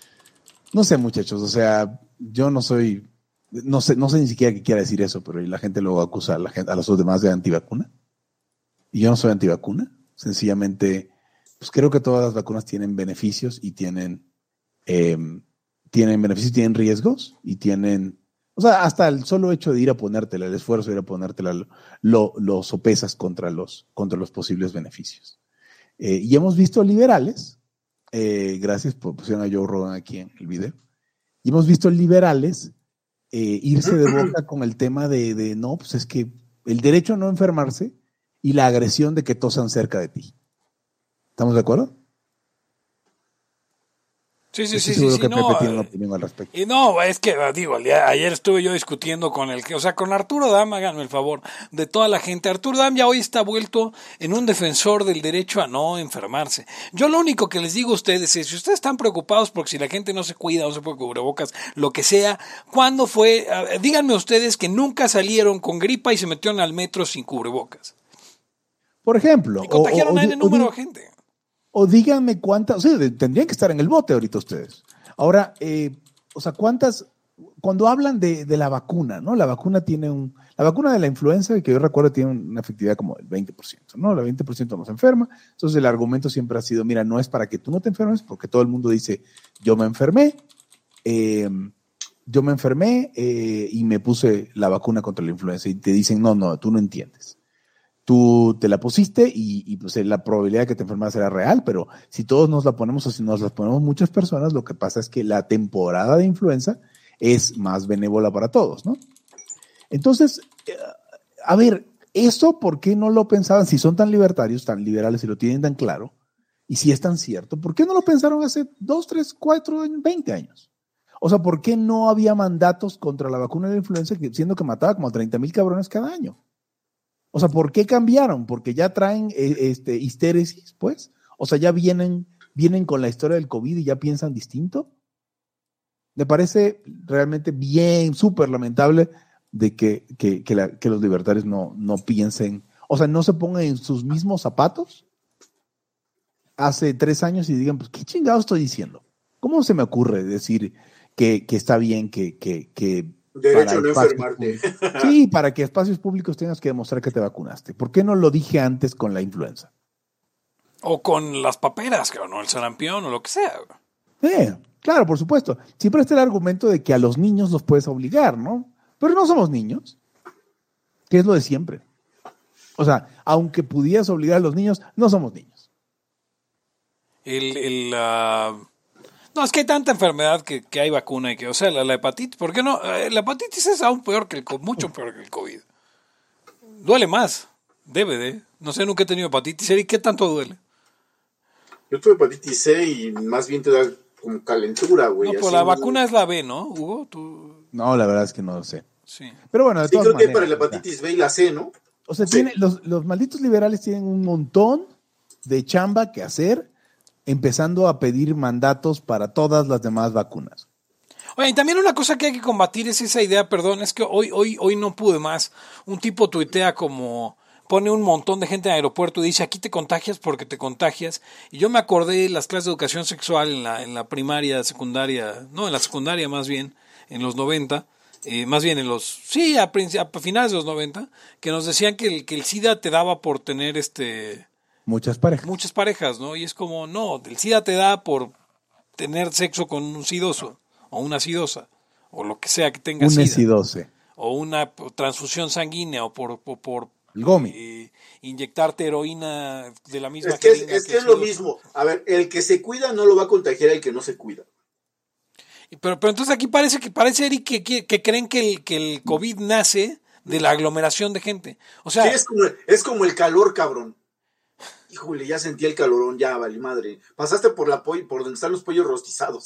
no sé, muchachos, o sea, yo no soy, no sé, no sé ni siquiera qué quiera decir eso, pero la gente luego acusa a, la gente, a los demás de antivacuna, y yo no soy antivacuna, sencillamente, pues creo que todas las vacunas tienen beneficios y tienen, eh, tienen beneficios, tienen riesgos y tienen. O sea, hasta el solo hecho de ir a ponértela, el esfuerzo de ir a ponértela, lo, lo, lo sopesas contra los, contra los posibles beneficios. Eh, y hemos visto liberales, eh, gracias por pusieron a Joe Rogan aquí en el video, y hemos visto liberales eh, irse de boca con el tema de, de, no, pues es que el derecho a no enfermarse y la agresión de que tosan cerca de ti. ¿Estamos de acuerdo? Sí, sí, Estoy sí, seguro sí, que sí, Pepe no, tiene una opinión al respecto. Y no, es que, digo, ayer estuve yo discutiendo con el que, o sea, con Arturo Dam, háganme el favor, de toda la gente. Arturo Dam ya hoy está vuelto en un defensor del derecho a no enfermarse. Yo lo único que les digo a ustedes es, si ustedes están preocupados porque si la gente no se cuida, no se pone cubrebocas, lo que sea, ¿cuándo fue? Díganme ustedes que nunca salieron con gripa y se metieron al metro sin cubrebocas. Por ejemplo. Y contagiaron o, o, a N número de gente. O díganme cuántas, o sea, tendrían que estar en el bote ahorita ustedes. Ahora, eh, o sea, ¿cuántas, cuando hablan de, de la vacuna, ¿no? La vacuna tiene un, la vacuna de la influenza, que yo recuerdo, tiene una efectividad como del veinte por ciento, ¿no? El veinte por ciento no se enferma. Entonces el argumento siempre ha sido, mira, no es para que tú no te enfermes, porque todo el mundo dice, yo me enfermé, eh, yo me enfermé eh, y me puse la vacuna contra la influenza. Y te dicen, no, no, tú no entiendes. Tú te la pusiste y, y pues la probabilidad de que te enfermas era real, pero si todos nos la ponemos o si nos la ponemos muchas personas, lo que pasa es que la temporada de influenza es más benévola para todos, ¿no? Entonces, eh, a ver, ¿eso por qué no lo pensaban? Si son tan libertarios, tan liberales y lo tienen tan claro, y si es tan cierto, ¿por qué no lo pensaron hace dos, tres, cuatro, veinte años? O sea, ¿por qué no había mandatos contra la vacuna de la influenza, siendo que mataba como a treinta mil cabrones cada año? O sea, ¿por qué cambiaron? ¿Porque ya traen eh, este, histéresis, pues? O sea, ¿ya vienen, vienen con la historia del COVID y ya piensan distinto? Me parece realmente bien, súper lamentable de que, que, que, la, que los libertarios no, no piensen, o sea, no se pongan en sus mismos zapatos hace tres años y digan, pues, ¿qué chingado estoy diciendo? ¿Cómo se me ocurre decir que, que está bien que... que, que Derecho a no enfermarte. Sí, para que espacios públicos tengas que demostrar que te vacunaste. ¿Por qué no lo dije antes con la influenza? O con las paperas, o no, el sarampión o lo que sea. Eh, claro, por supuesto. Siempre está el argumento de que a los niños los puedes obligar, ¿no? Pero no somos niños. Que es lo de siempre. O sea, aunque pudieras obligar a los niños, no somos niños. El... el uh... No, es que hay tanta enfermedad que, que hay vacuna y que, o sea, la, la hepatitis, ¿por qué no? La hepatitis es aún peor que el COVID, mucho peor que el COVID. Duele más, debe de. No sé, nunca he tenido hepatitis. ¿Y qué tanto duele? Yo tuve hepatitis C y más bien te da como calentura, güey. No, pero la vacuna es la B, ¿no, Hugo? ¿Tú? No, la verdad es que no lo sé. Sí. Pero bueno, de sí, todas creo maneras, que para la hepatitis B y la C, ¿no? O sea, sí. tiene, los, los malditos liberales tienen un montón de chamba que hacer, empezando a pedir mandatos para todas las demás vacunas. Oye, y también una cosa que hay que combatir es esa idea, perdón, es que hoy, hoy, hoy no pude más. Un tipo tuitea como, pone un montón de gente en el aeropuerto y dice, aquí te contagias porque te contagias. Y yo me acordé de las clases de educación sexual en la, en la primaria, secundaria, no, en la secundaria más bien, en los noventa, eh, más bien en los, sí, a, a finales de los noventa, que nos decían que el, que el SIDA te daba por tener este... Muchas parejas. Muchas parejas, ¿no? Y es como, no, el SIDA te da por tener sexo con un sidoso, o una sidosa, o lo que sea que tenga un SIDA. sidose. O una transfusión sanguínea, o por, por, por el gomi. Eh, inyectarte heroína de la misma es que es, jeringa es, que que es lo mismo. A ver, el que se cuida no lo va a contagiar el que no se cuida. Pero, pero entonces aquí parece que parece Eric que, que, que creen que el, que el COVID nace de la aglomeración de gente. O sea, sí, es como, es como el calor, cabrón. Híjole, ya sentí el calorón, ya vale madre. Pasaste por la po- por donde están los pollos rostizados.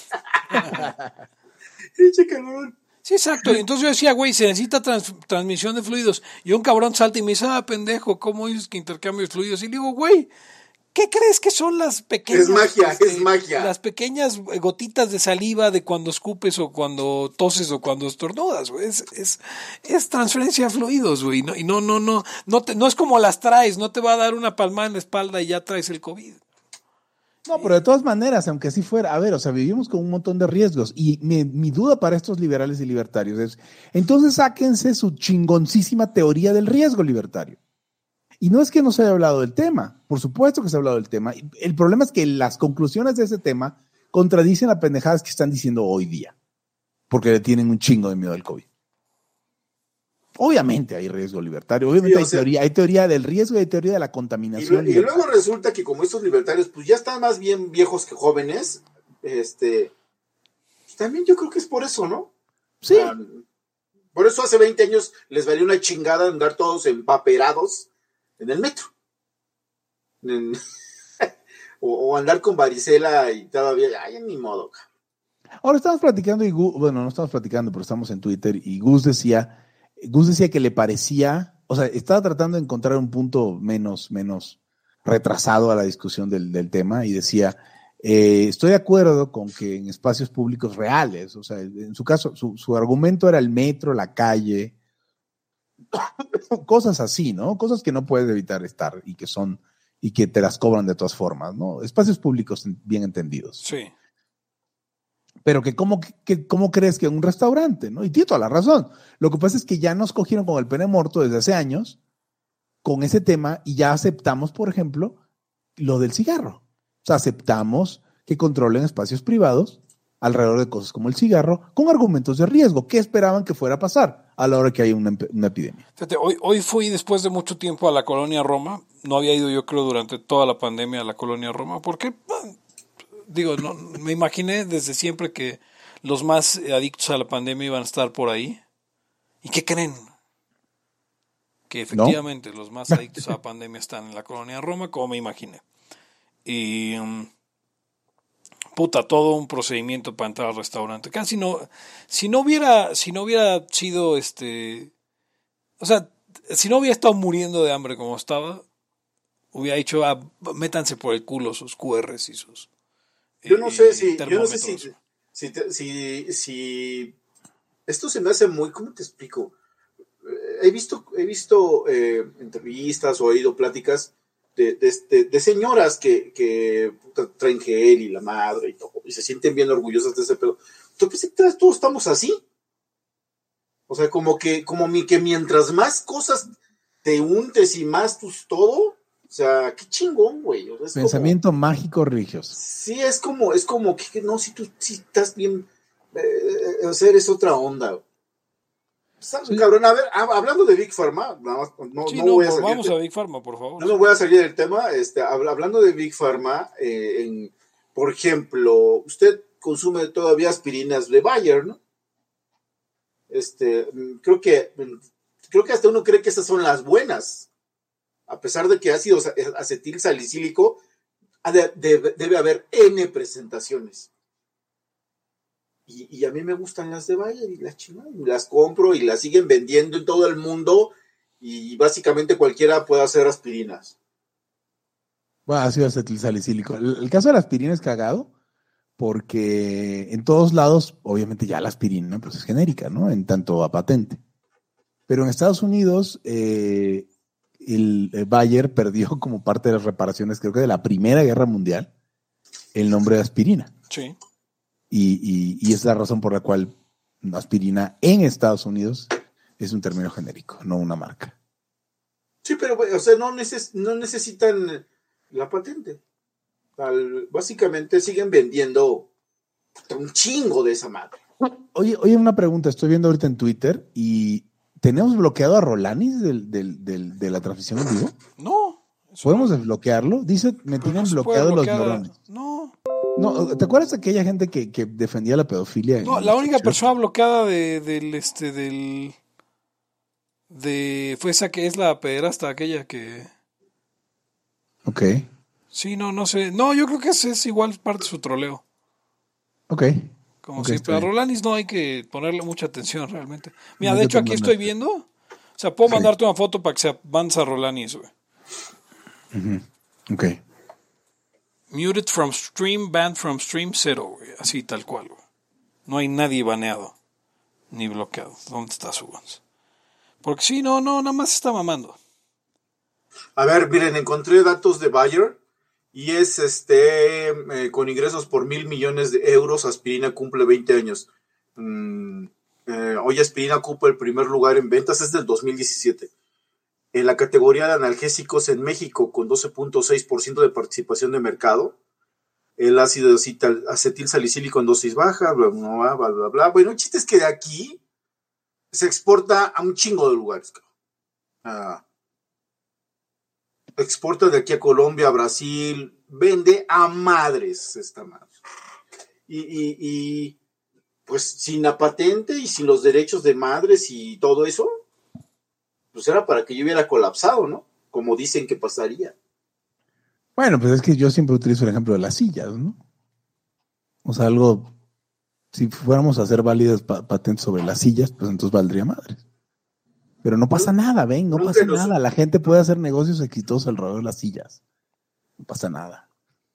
Eche calorón. Sí, exacto. Y entonces yo decía, güey, se necesita trans- transmisión de fluidos. Y un cabrón salta y me dice, ah, pendejo, ¿cómo dices que intercambio de fluidos? Y le digo, güey, ¿qué crees que son las pequeñas... Es magia, este, es magia. Las pequeñas gotitas de saliva de cuando escupes o cuando toses o cuando estornudas, güey. Es, es, es transferencia de fluidos, güey. No, y no, no, no, no, te, no es como las traes, no te va a dar una palmada en la espalda y ya traes el COVID. No, pero de todas maneras, aunque así fuera, a ver, o sea, vivimos con un montón de riesgos y mi, mi duda para estos liberales y libertarios es, entonces sáquense su chingoncísima teoría del riesgo libertario. Y no es que no se haya hablado del tema, por supuesto que se ha hablado del tema. El problema es que las conclusiones de ese tema contradicen las pendejadas que están diciendo hoy día, porque le tienen un chingo de miedo al COVID. Obviamente hay riesgo libertario, obviamente sí, hay, sea, teoría, hay teoría del riesgo y hay teoría de la contaminación. Y, lo, y luego resulta que como estos libertarios pues ya están más bien viejos que jóvenes, este, también yo creo que es por eso, ¿no? Sí. Um, por eso hace veinte años les valió una chingada andar todos empaperados en el metro. En, o, o andar con varicela y todavía, ay, ni modo. Ahora estamos platicando y Gus, bueno, no estamos platicando, pero estamos en Twitter y Gus decía... Gus decía que le parecía, o sea, estaba tratando de encontrar un punto menos, menos retrasado a la discusión del, del tema y decía, eh, estoy de acuerdo con que en espacios públicos reales, o sea, en su caso, su, su argumento era el metro, la calle, cosas así, ¿no? Cosas que no puedes evitar estar y que son, y que te las cobran de todas formas, ¿no? Espacios públicos bien entendidos. Sí. Pero que cómo, que, ¿cómo crees que un restaurante? ¿No? Y tiene toda la razón. Lo que pasa es que ya nos cogieron con el pene muerto desde hace años con ese tema y ya aceptamos, por ejemplo, lo del cigarro. O sea, aceptamos que controlen espacios privados alrededor de cosas como el cigarro con argumentos de riesgo. ¿Qué esperaban que fuera a pasar a la hora que haya una, una epidemia? Fíjate, hoy, hoy fui después de mucho tiempo a la Colonia Roma. No había ido yo creo durante toda la pandemia a la Colonia Roma porque... Digo, no, me imaginé desde siempre que los más adictos a la pandemia iban a estar por ahí. ¿Y qué creen? Que efectivamente ¿No? los más adictos a la pandemia están en la Colonia Roma, como me imaginé. Y um, puta, todo un procedimiento para entrar al restaurante. Casi no, si no hubiera, si no hubiera sido este, o sea, si no hubiera estado muriendo de hambre como estaba, hubiera dicho, ah, métanse por el culo sus Q Rs y sus Yo no sé si, yo no sé si, si, si, si, esto se me hace muy, ¿cómo te explico? Eh, he visto, he visto eh, entrevistas o he oído pláticas de, de, de, de señoras que, que puta, traen gel y la madre y todo, y se sienten bien orgullosas de ese pedo. Entonces, todos estamos así. O sea, como que, como mi, que mientras más cosas te untes y más tus todo, o sea, qué chingón, güey. O sea, es pensamiento como, mágico religioso. Sí, es como, es como que no, si tú si estás bien, eh, o sea, eres otra onda. Sí. Cabrón, a ver, hablando de Big Pharma, nada más, no, sí, no, no voy a salir. Vamos a Big Pharma, por favor. No me voy a salir del tema. Este, hablando de Big Pharma, eh, en, por ejemplo, usted consume todavía aspirinas de Bayer, ¿no? Este, creo que, creo que hasta uno cree que esas son las buenas. A pesar de que ácido acetil salicílico, debe, debe haber N presentaciones. Y, y a mí me gustan las de Bayer y las chinas, y las compro y las siguen vendiendo en todo el mundo y básicamente cualquiera puede hacer aspirinas. Bueno, ácido acetil salicílico. El, el caso de la aspirina es cagado porque en todos lados, obviamente ya la aspirina pues es genérica, ¿no? En tanto a patente. Pero en Estados Unidos... Eh, El, el Bayer perdió como parte de las reparaciones, creo que de la Primera Guerra Mundial, el nombre de aspirina. Sí. Y, y, y es la razón por la cual aspirina en Estados Unidos es un término genérico, no una marca. Sí, pero o sea, no, neces- no necesitan la patente. Al, básicamente siguen vendiendo un chingo de esa madre. Oye, oye, una pregunta, estoy viendo ahorita en Twitter y ¿tenemos bloqueado a Rolanis del, del, del, de la transmisión en vivo? No. ¿Podemos no. desbloquearlo? Dice, me tienen no bloqueado los neurones. No. No, ¿te acuerdas de aquella gente que, que defendía la pedofilia? No, la única persona bloqueada de, del, este, del, de, fue esa que es la pederasta, aquella que... Ok. Sí, no, no sé. No, yo creo que es, es igual parte de su troleo. Ok. Como okay, si, pero a Rolanis no hay que ponerle mucha atención realmente. Mira, no de hecho aquí estoy viendo, o sea, puedo sí. mandarte una foto para que se avance a Rolanis, güey. Uh-huh. Ok. Muted from stream, banned from stream, cero, güey. Así tal cual, güey. No hay nadie baneado, ni bloqueado. ¿Dónde está su once? Porque sí, no, no, nada más está mamando. A ver, miren, encontré datos de Bayer. Y es este eh, con ingresos por mil millones de euros, aspirina cumple veinte años. Mm, eh, hoy aspirina ocupa el primer lugar en ventas, es del dos mil diecisiete. En la categoría de analgésicos en México, con doce punto seis por ciento de participación de mercado. El ácido acetil salicílico en dosis baja, bla, bla, bla, bla, bla. Bueno, el chiste es que de aquí se exporta a un chingo de lugares. Ah. Exporta de aquí a Colombia, a Brasil, vende a madres esta madre. Y, y, y pues sin la patente y sin los derechos de madres y todo eso, pues era para que yo hubiera colapsado, ¿no? Como dicen que pasaría. Bueno, pues es que yo siempre utilizo el ejemplo de las sillas, ¿no? O sea, algo, si fuéramos a hacer válidas pa- patentes sobre las sillas, pues entonces valdría madres. Pero no pasa nada, ven, no no pasa los... nada. La gente puede hacer negocios exitosos alrededor de las sillas. No pasa nada.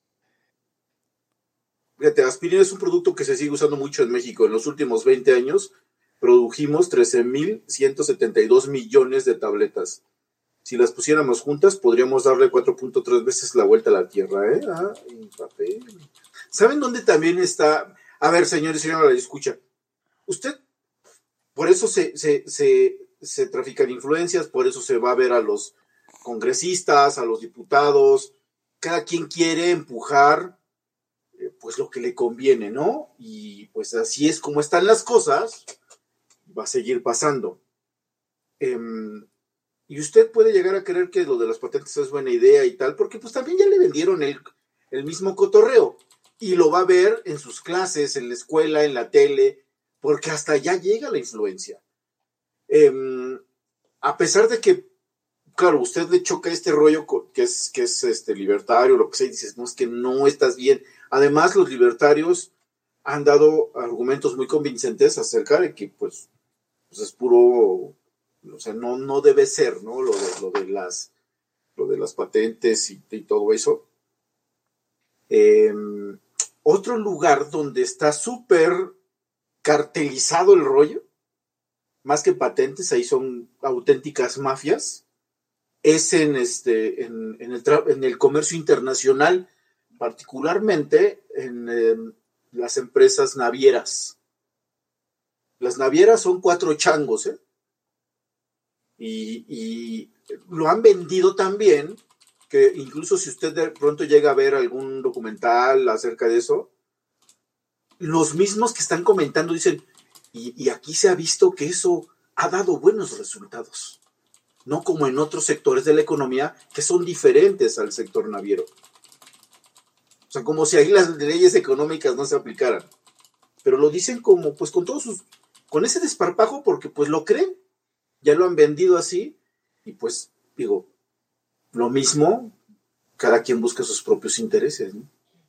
Fíjate, aspirina es un producto que se sigue usando mucho en México. En los últimos veinte años produjimos trece mil ciento setenta y dos millones de tabletas. Si las pusiéramos juntas, podríamos darle cuatro punto tres veces la vuelta a la Tierra, ¿eh? Ah, en papel. ¿Saben dónde también está? A ver, señor y señora, la escucha. Usted, por eso se, se, se, se trafican influencias, por eso se va a ver a los congresistas, a los diputados. Cada quien quiere empujar eh, pues lo que le conviene, ¿no? Y pues así es como están las cosas, va a seguir pasando. Eh, y usted puede llegar a creer que lo de las patentes es buena idea y tal, porque pues también ya le vendieron el, el mismo cotorreo. Y lo va a ver en sus clases, en la escuela, en la tele, porque hasta allá llega la influencia. Eh, a pesar de que, claro, usted le choca este rollo que es, que es este libertario, lo que sea, y dices, no, es que no estás bien. Además, los libertarios han dado argumentos muy convincentes acerca de que, pues, pues es puro, o sea, no, no debe ser, ¿no? Lo de, lo de las, lo de las patentes y, y todo eso. Eh, otro lugar donde está súper cartelizado el rollo, más que patentes, ahí son auténticas mafias, es en, este, en, en, el, tra- en el comercio internacional, particularmente en eh, las empresas navieras. Las navieras son cuatro changos, ¿eh? Y, y lo han vendido tan bien que incluso si usted de pronto llega a ver algún documental acerca de eso, los mismos que están comentando dicen, y, y aquí se ha visto que eso ha dado buenos resultados, no como en otros sectores de la economía que son diferentes al sector naviero. O sea, como si ahí las leyes económicas no se aplicaran. Pero lo dicen como, pues con todos sus, con ese desparpajo porque pues lo creen, ya lo han vendido así, y pues, digo, lo mismo, cada quien busca sus propios intereses, ¿no?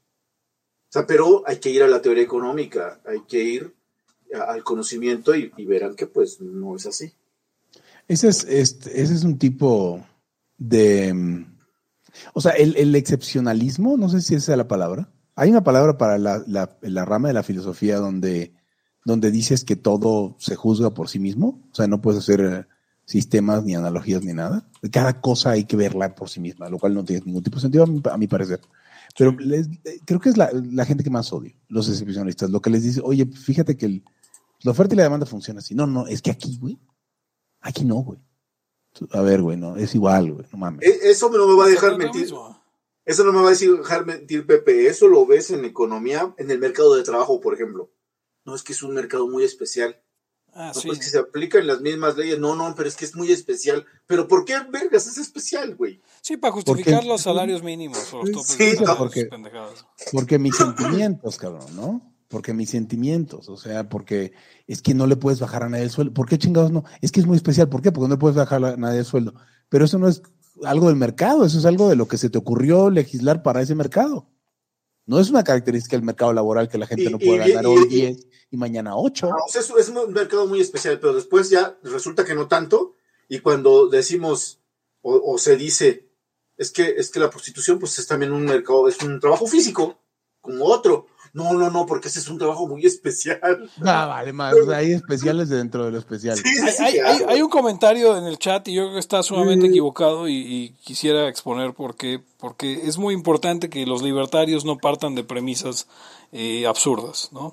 O sea, pero hay que ir a la teoría económica, hay que ir a, al conocimiento y, y verán que pues no es así. Ese es, este, ese es un tipo de... O sea, el, el excepcionalismo, no sé si esa es la palabra. Hay una palabra para la, la, la rama de la filosofía donde, donde dices que todo se juzga por sí mismo. O sea, no puedes hacer sistemas ni analogías ni nada. Cada cosa hay que verla por sí misma, lo cual no tiene ningún tipo de sentido a mi, a mi parecer. Pero les, creo que es la, la gente que más odio, los excepcionalistas. Lo que les dice, oye, fíjate que el, la oferta y la demanda funciona así. No, no, es que aquí, güey. Aquí no, güey. A ver, güey, no, es igual, güey, no mames. Eso no me va a dejar mentir. Eso no me va a decir, dejar mentir, Pepe. Eso lo ves en economía, en el mercado de trabajo, por ejemplo. No, es que es un mercado muy especial. Ah, no, sí. Pues que se aplican las mismas leyes. No, no, pero es que es muy especial. ¿Pero por qué, vergas, es especial, güey? Sí, para justificar los salarios mínimos. O los topes sí, de no. porque, porque mis sentimientos, cabrón, ¿no? Porque mis sentimientos, o sea, porque es que no le puedes bajar a nadie el sueldo. ¿Por qué chingados no? Es que es muy especial. ¿Por qué? Porque no le puedes bajar a nadie el sueldo. Pero eso no es algo del mercado, eso es algo de lo que se te ocurrió legislar para ese mercado. No es una característica del mercado laboral que la gente y, no pueda ganar y, hoy diez y mañana ocho. No, o sea, es un mercado muy especial, pero después ya resulta que no tanto. Y cuando decimos o, o se dice, es que, es que la prostitución pues es también un mercado, es un trabajo físico, como otro. No, no, no, porque ese es un trabajo muy especial. Ah, vale, más, hay especiales dentro de lo especial. Sí, sí, sí, hay, hay, hay un comentario en el chat y yo creo que está sumamente mm. equivocado y, y quisiera exponer por qué, porque es muy importante que los libertarios no partan de premisas eh, absurdas, ¿no?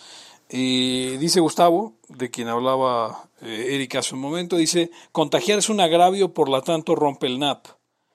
Eh, dice Gustavo, de quien hablaba eh, Erika hace un momento, dice, contagiar es un agravio, por lo tanto rompe el N A P.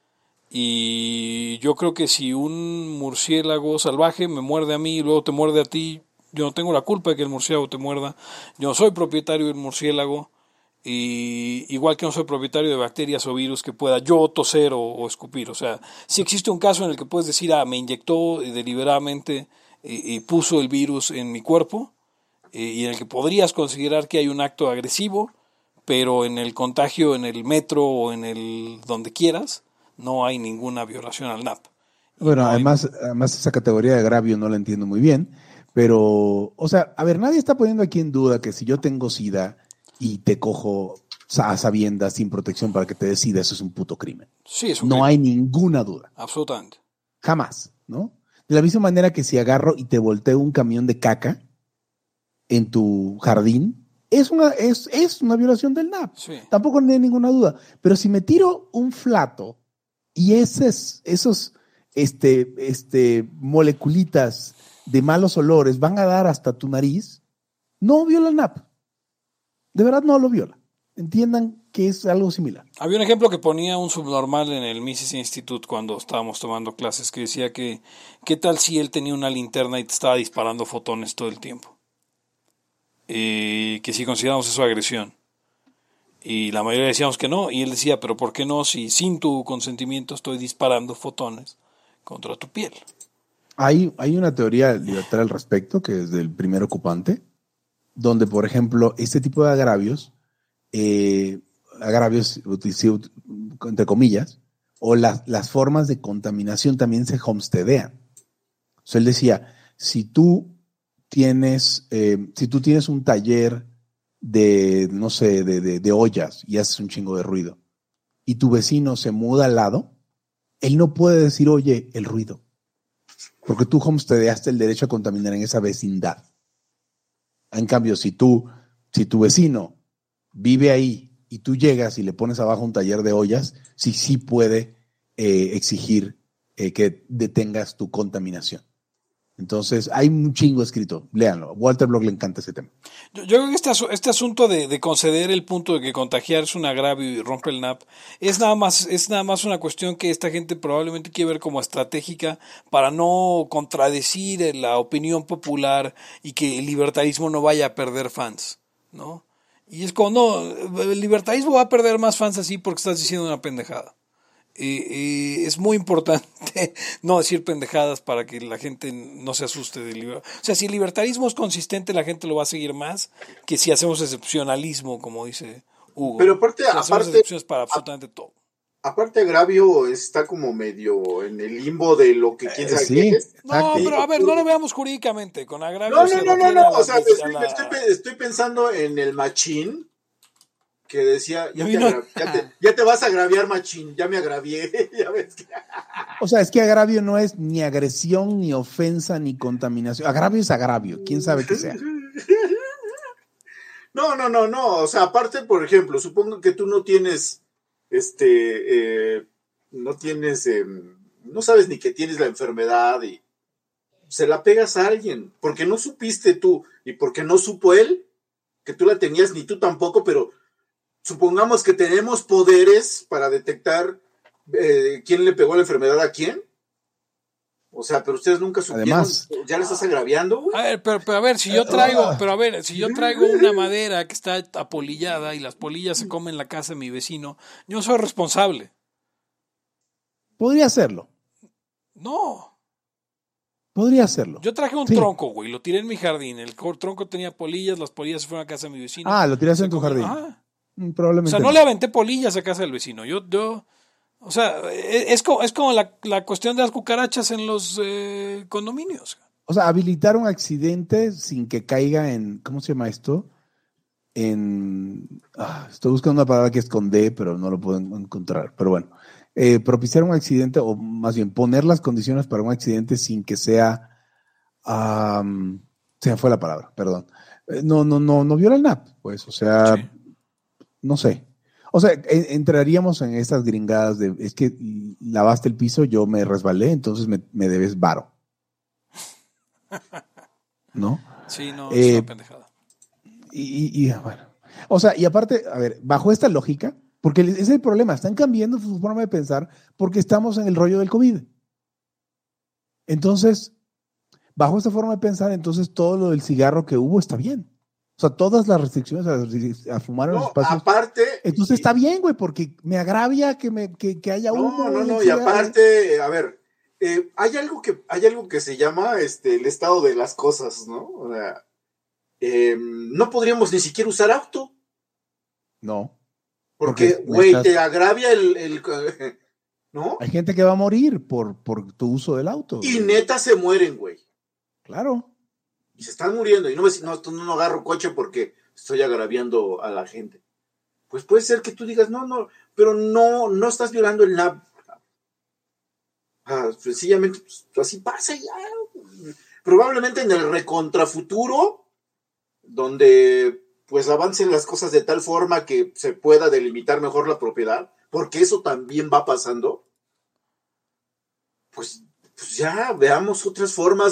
Y yo creo que si un murciélago salvaje me muerde a mí y luego te muerde a ti, yo no tengo la culpa de que el murciélago te muerda. Yo no soy propietario del murciélago, y igual que no soy propietario de bacterias o virus que pueda yo toser o, o escupir. O sea, si existe un caso en el que puedes decir, ah, me inyectó deliberadamente y, y puso el virus en mi cuerpo, eh, y en el que podrías considerar que hay un acto agresivo, pero en el contagio en el metro o en el donde quieras, no hay ninguna violación al N A P. Bueno, no además, hay... además esa categoría de agravio no la entiendo muy bien, pero, o sea, a ver, nadie está poniendo aquí en duda que si yo tengo SIDA y te cojo a sabiendas sin protección para que te des SIDA, eso es un puto crimen. Sí, es un no crimen. hay ninguna duda. Absolutamente. Jamás, ¿no? De la misma manera que si agarro y te volteo un camión de caca en tu jardín, Es una, es, es una violación del N A P. Sí. Tampoco hay ninguna duda. Pero si me tiro un flato y esos, esos este, este, moleculitas de malos olores van a dar hasta tu nariz, no viola el N A P. De verdad no lo viola. Entiendan que es algo similar. Había un ejemplo que ponía un subnormal en el Mises Institute cuando estábamos tomando clases, que decía que ¿qué tal si él tenía una linterna y te estaba disparando fotones todo el tiempo? Y que si consideramos eso agresión. Y la mayoría decíamos que no, y él decía, pero ¿por qué no si sin tu consentimiento estoy disparando fotones contra tu piel? Hay, hay una teoría libertaria al respecto, que es del primer ocupante, donde, por ejemplo, este tipo de agravios, eh, agravios, entre comillas, o las, las formas de contaminación también se homesteadean. O sea, él decía, si tú tienes, eh, si tú tienes un taller de, no sé, de, de, de ollas y haces un chingo de ruido, y tu vecino se muda al lado, él no puede decir, oye, el ruido, porque tú homesteadeaste el derecho a contaminar en esa vecindad. En cambio, si tú, si tu vecino vive ahí y tú llegas y le pones abajo un taller de ollas, sí, sí puede eh, exigir eh, que detengas tu contaminación. Entonces, hay un chingo escrito, léanlo. A Walter Block le encanta ese tema. Yo, yo creo que este, este asunto de, de conceder el punto de que contagiar es un agravio y rompe el N A P es nada más es nada más una cuestión que esta gente probablemente quiere ver como estratégica para no contradecir la opinión popular y que el libertarismo no vaya a perder fans, ¿no? Y es como, no, el libertarismo va a perder más fans así porque estás diciendo una pendejada. Eh, eh, es muy importante no decir pendejadas para que la gente no se asuste del libertarismo. O sea, si el libertarismo es consistente, la gente lo va a seguir más que si hacemos excepcionalismo, como dice Hugo. Pero aparte, si hacemos aparte excepciones para absolutamente a, todo. Aparte, Agravio está como medio en el limbo de lo que quién sabe eh, sí, qué es. No, pero a ver, no lo veamos jurídicamente. Con agravio No, no, se no, no, refiere no. a la- O sea, me estoy, a la- me estoy, pe- estoy pensando en el machín que decía, ya, Y te, no- agra- ya, te, ya te vas a agraviar, machín, ya me agravié, ya ves que... O sea, es que agravio no es ni agresión, ni ofensa, ni contaminación. Agravio es agravio, quién sabe qué sea. No, no, no, no. O sea, aparte, por ejemplo, supongo que tú no tienes, este, eh, no tienes, eh, no sabes ni que tienes la enfermedad y se la pegas a alguien, porque no supiste tú y porque no supo él que tú la tenías, ni tú tampoco, pero supongamos que tenemos poderes para detectar eh, quién le pegó la enfermedad a quién. O sea, pero ustedes nunca supieron. Además, ¿Ya le estás agraviando, güey? A ver, pero, pero a ver, si yo traigo, pero a ver, si yo traigo una madera que está apolillada y las polillas se comen la casa de mi vecino, yo soy responsable. podría hacerlo, No. podría hacerlo. Yo traje un Sí. tronco, güey, lo tiré en mi jardín. El cor- tronco tenía polillas, las polillas se fueron a casa de mi vecino. Ah, lo tiraste Se en tu comieron- jardín. Ajá. Mm, O Probablemente. sea, no no. le aventé polillas a casa del vecino. Yo, yo, o sea, es, es como, es como la, la cuestión de las cucarachas en los eh, condominios. O sea, habilitar un accidente sin que caiga en, ¿cómo se llama esto? En, ah, estoy buscando una palabra que esconde, pero no lo puedo en- encontrar. Pero bueno, eh, propiciar un accidente, o más bien poner las condiciones para un accidente sin que sea, am, se me fue la palabra, perdón. Eh, no, no, no, no viola el N A P, pues, o sea, Sí. no sé. O sea, en- entraríamos en estas gringadas de, es que lavaste el piso, yo me resbalé, entonces me, me debes varo. ¿No? Sí, no, Eh, es una pendejada. Y, y- y, bueno, o sea, y aparte, a ver, bajo esta lógica, porque ese es el problema, están cambiando su forma de pensar porque estamos en el rollo del COVID. Entonces, bajo esta forma de pensar, entonces todo lo del cigarro que hubo está bien. O sea, todas las restricciones a, a fumar en los No, espacios. aparte... Entonces está bien, güey, porque me agravia que, me, que, que haya humo. No, no, en no, el y cigarro. aparte, a ver, eh, hay algo que hay algo que se llama este el estado de las cosas, ¿no? O sea, eh, no podríamos ni siquiera usar auto, No. porque, Porque güey, estás- te agravia el, el ¿no? Hay gente que va a morir por, por tu uso del auto. Y güey. neta se mueren, güey. Claro. Y se están muriendo. Y no me no, no, no agarro coche porque estoy agraviando a la gente. Pues puede ser que tú digas, no, no, pero no, no estás violando el N A P. Ah, sencillamente, pues, así pasa ya. Probablemente en el recontrafuturo, donde pues avancen las cosas de tal forma que se pueda delimitar mejor la propiedad, porque eso también va pasando, pues, pues ya veamos otras formas de,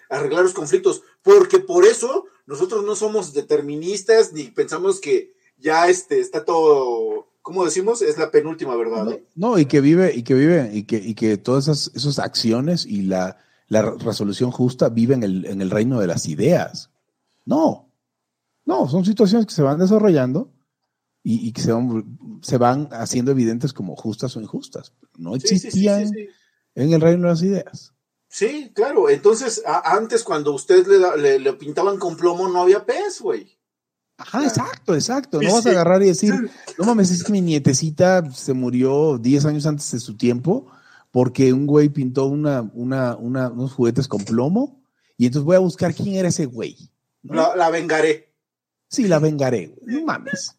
arreglar los conflictos, porque por eso nosotros no somos deterministas ni pensamos que ya este está todo, ¿cómo decimos? Es la penúltima verdad. No, ¿eh? no, y que vive, y que vive, y que, y que todas esas, esas acciones y la, la resolución justa vive en el, en el reino de las ideas. No, no, son situaciones que se van desarrollando y, y que se van, se van haciendo evidentes como justas o injustas. No existían sí, sí, sí, sí, sí. en el reino de las ideas. Sí, claro. Entonces, a, antes cuando usted le, le, le pintaban con plomo, no había pez, güey. Ajá, claro. exacto, exacto. No sí. vas a agarrar y decir, no mames, es que mi nietecita se murió diez años antes de su tiempo porque un güey pintó una, una, una, unos juguetes con plomo y entonces voy a buscar quién era ese güey. ¿no? La, la vengaré. Sí, la vengaré. No mames.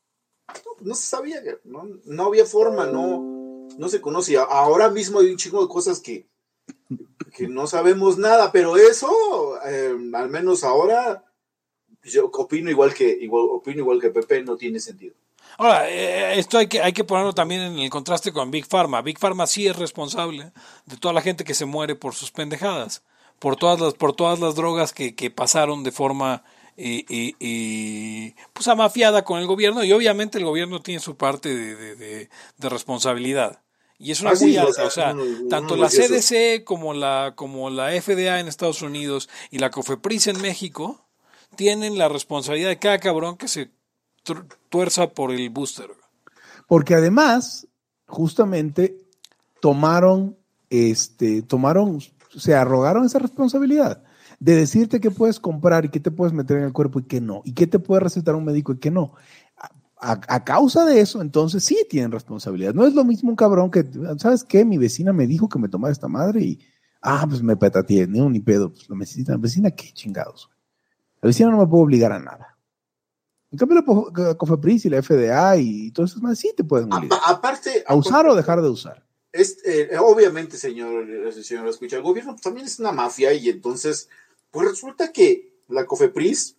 No, no se sabía, no, no había forma, no, no se conocía. Ahora mismo hay un chingo de cosas que, que no sabemos nada, pero eso, eh, al menos ahora, yo opino igual que, igual, opino igual que Pepe, no tiene sentido. Ahora, eh, esto hay que, hay que ponerlo también en el contraste con Big Pharma. Big Pharma sí es responsable de toda la gente que se muere por sus pendejadas, por todas las, por todas las drogas que, que pasaron de forma y, y, y pues amafiada con el gobierno, y obviamente el gobierno tiene su parte de, de, de, de responsabilidad. Y es una ah, muy sí, alta, o sea, o sea tanto la C D C como la, como la F D A en Estados Unidos y la COFEPRIS en México tienen la responsabilidad de cada cabrón que se tuerza por el booster. Porque además, justamente, tomaron, este, tomaron, se arrogaron esa responsabilidad de decirte qué puedes comprar y qué te puedes meter en el cuerpo y qué no, y qué te puede recetar un médico y qué no. A, a causa de eso, entonces sí tienen responsabilidad. No es lo mismo un cabrón que, ¿sabes qué? Mi vecina me dijo que me tomara esta madre y, ah, pues me petateé, ni un ni pedo. Pues la vecina, la vecina, qué chingados. La vecina no me puede obligar a nada. En cambio, la COFEPRIS y la F D A y todas esas más sí te pueden obligar. A, aparte, a usar aparte, o dejar de usar. Es, eh, obviamente, señor, señor, escucha, el gobierno pues, también es una mafia y entonces, pues resulta que la COFEPRIS,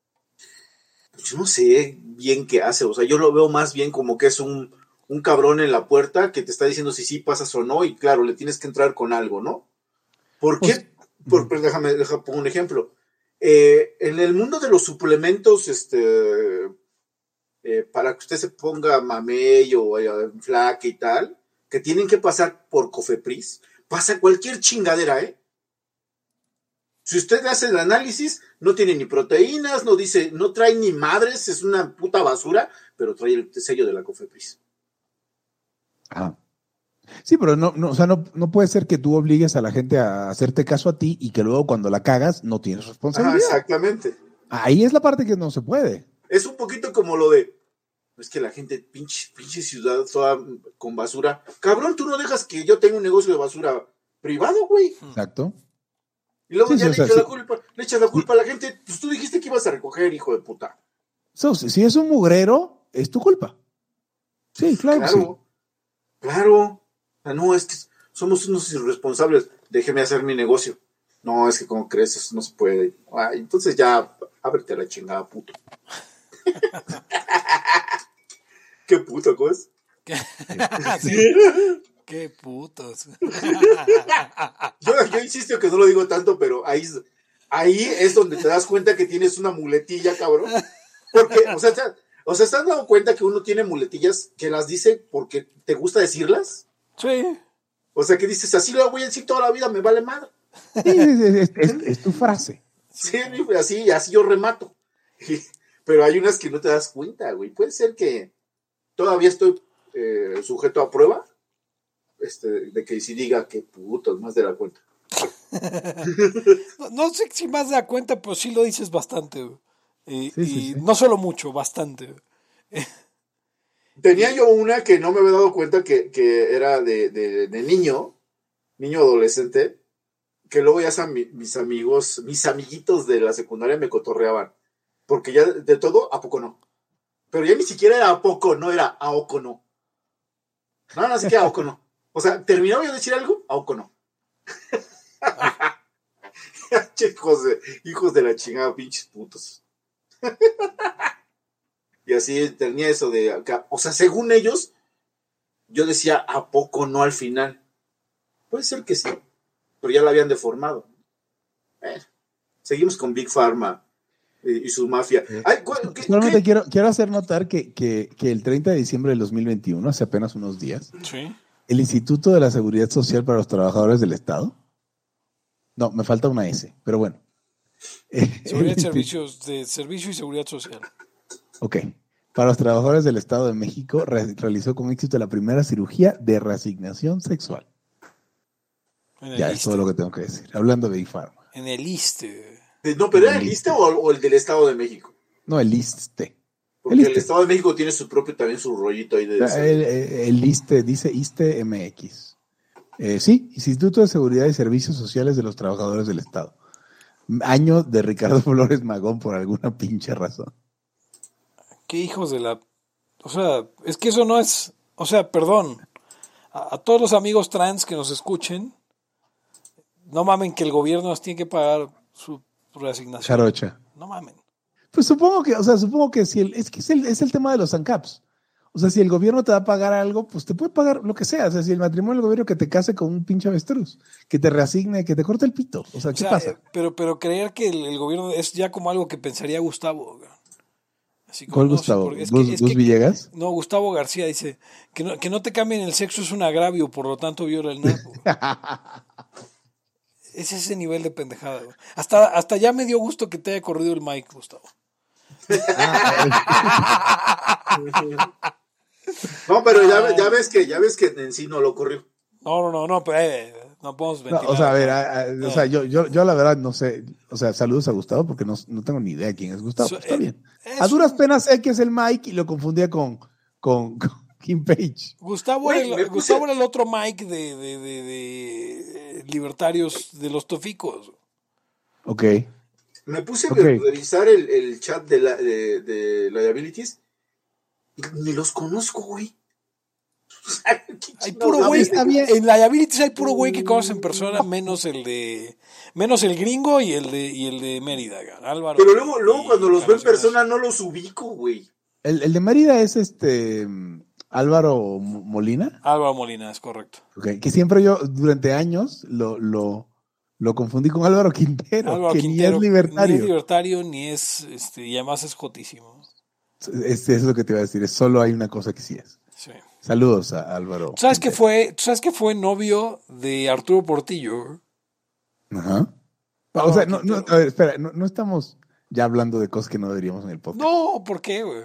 pues no sé bien qué hace, o sea, yo lo veo más bien como que es un, un cabrón en la puerta que te está diciendo si sí pasas o no, y claro, le tienes que entrar con algo, ¿no? ¿Por qué? Pues, Por, pues déjame, déjame pongo un ejemplo. Eh, en el mundo de los suplementos, este, eh, para que usted se ponga mamey o eh, flaca y tal, que tienen que pasar por COFEPRIS, pasa cualquier chingadera, ¿eh? Si usted hace el análisis, no tiene ni proteínas, no dice, no trae ni madres, es una puta basura, pero trae el sello de la COFEPRIS. Ah. Sí, pero no, no, o sea, no, no puede ser que tú obligues a la gente a hacerte caso a ti y que luego cuando la cagas no tienes responsabilidad. Ah, exactamente. Ahí es la parte que no se puede. Es un poquito como lo de, es que la gente, pinche, pinche ciudad toda con basura. Cabrón, tú no dejas que yo tenga un negocio de basura privado, güey. Exacto. Y luego sí, ya sí, le, o sea, echas sí. la culpa, le echas la culpa a la gente. Pues tú dijiste que ibas a recoger, hijo de puta. So, si es un mugrero, es tu culpa. Sí, claro. Claro, sí. claro. No, es que somos unos irresponsables. Déjeme hacer mi negocio. No, es que como crees, eso no se puede. Ah, entonces ya, ábrete a la chingada, puto. Qué puto, ¿cómo es? Sí. Qué putos. yo, yo insisto que no lo digo tanto, pero ahí, ahí es donde te das cuenta que tienes una muletilla, cabrón. Porque, o sea, o sea, ¿te has dado cuenta que uno tiene muletillas que las dice porque te gusta decirlas? Sí. O sea, que dices, así lo voy a decir toda la vida, me vale madre. Sí, es, es, es tu frase. Sí, así, así yo remato. Pero hay unas que no te das cuenta, güey. Puede ser que todavía estoy eh, sujeto a prueba este, de que si diga que putos, más de la cuenta. no, no sé si más de la cuenta, pero sí lo dices bastante, güey. Y, sí, sí, y sí. no solo mucho, bastante. Tenía yo una que no me había dado cuenta que, que era de, de, de niño, niño adolescente, que luego ya son mi, mis amigos, mis amiguitos de la secundaria me cotorreaban. Porque ya de todo, ¿a poco no? Pero ya ni siquiera era ¿a poco no? Era ¿a poco no? No, no, sé qué ¿a poco no? O sea, terminaba yo de decir algo, ¿a poco no? hijos, de, hijos de la chingada, pinches putos. Y así tenía eso de acá. O sea, según ellos, yo decía ¿a poco no al final? Puede ser que sí, pero ya la habían deformado. Eh, seguimos con Big Pharma y, y su mafia. Ay, ¿qué, Solamente qué? quiero, quiero hacer notar que, que, que el treinta de diciembre del dos mil veintiuno, hace apenas unos días, Sí. el Instituto de la Seguridad Social para los Trabajadores del Estado, no, me falta una S, pero bueno. Seguridad El de servicios, de servicio y seguridad social. Ok. Para los trabajadores del Estado de México, re- realizó con éxito la primera cirugía de reasignación sexual. En el Ya es ISSSTE. todo lo que tengo que decir. Hablando de Big Pharma. En el ISSSTE. No, pero ¿era el ISSSTE o, o el del Estado de México? No, el ISSSTE. Porque El el, ISSSTE. Estado de México tiene su propio, también su rollito ahí de... El, el ISSSTE, dice ISSSTE M X. Eh, sí, Instituto de Seguridad y Servicios Sociales de los Trabajadores del Estado. Año de Ricardo Flores Magón por alguna pinche razón. Qué hijos de la... O sea, es que eso no es... O sea, perdón. A, a todos los amigos trans que nos escuchen, no mamen que el gobierno nos tiene que pagar su reasignación. Charocha. No mamen. Pues supongo que, o sea, supongo que si el, es que es el, es el tema de los ANCAPs. O sea, si el gobierno te va a pagar algo, pues te puede pagar lo que sea. O sea, si el matrimonio del gobierno que te case con un pinche avestruz, que te reasigne, que te corte el pito. O sea, O ¿qué sea, pasa? eh, pero, pero creer que el, el gobierno es ya como algo que pensaría Gustavo. Así como, ¿Cuál no, sí, Gustavo? porque es ¿Gus, que- es Gus que- Villegas? No, Gustavo García dice que no, que no te cambien el sexo es un agravio, por lo tanto viola el napo. Es ese nivel de pendejada. Güey. Hasta, hasta ya me dio gusto que te haya corrido el mic, Gustavo. No, pero ya, ya ves que ya ves que en sí no lo ocurrió. No, no, no, no, pero eh, no podemos No, ventilar. o sea, a ver, acá. a- a- o sea, yo, yo, yo la verdad no sé, o sea, saludos a Gustavo porque no, no tengo ni idea quién es Gustavo, So- pues está eh, bien. es A duras un- penas sé que es el Mike y lo confundía con, con, con Kim Page. Gustavo, Güey, era el, me puse- Gustavo era el otro Mike de, de, de, de libertarios de los toficos. Ok. Me puse Ok. a revisar el, el chat de, la, de, de liabilities y ni los conozco, güey. ¿Qué Hay chingados puro hablan? güey, está bien. en liabilities hay puro güey que conoce en persona, menos el de, menos el gringo y el de, y el de Mérida, Álvaro. Pero luego, luego y cuando los veo en Carlos persona no los ubico, güey. El, el de Mérida es este mm, Álvaro Mo- Molina, Álvaro Molina, es correcto. ok, que siempre yo durante años lo, lo, lo confundí con Álvaro Quintero, Álvaro que Quintero ni es libertario. ni es libertario, ni es, este, y además es jotísimo. Es, es lo que te iba a decir, es solo hay una cosa que sí es. Sí. Saludos a Álvaro. ¿Tú sabes que Quintero. fue, tú sabes que fue novio de Arturo Portillo? Ajá. Álvaro O sea, no, no, Quintero. a ver, espera, no, no estamos ya hablando de cosas que no deberíamos en el podcast. No, ¿por qué, güey?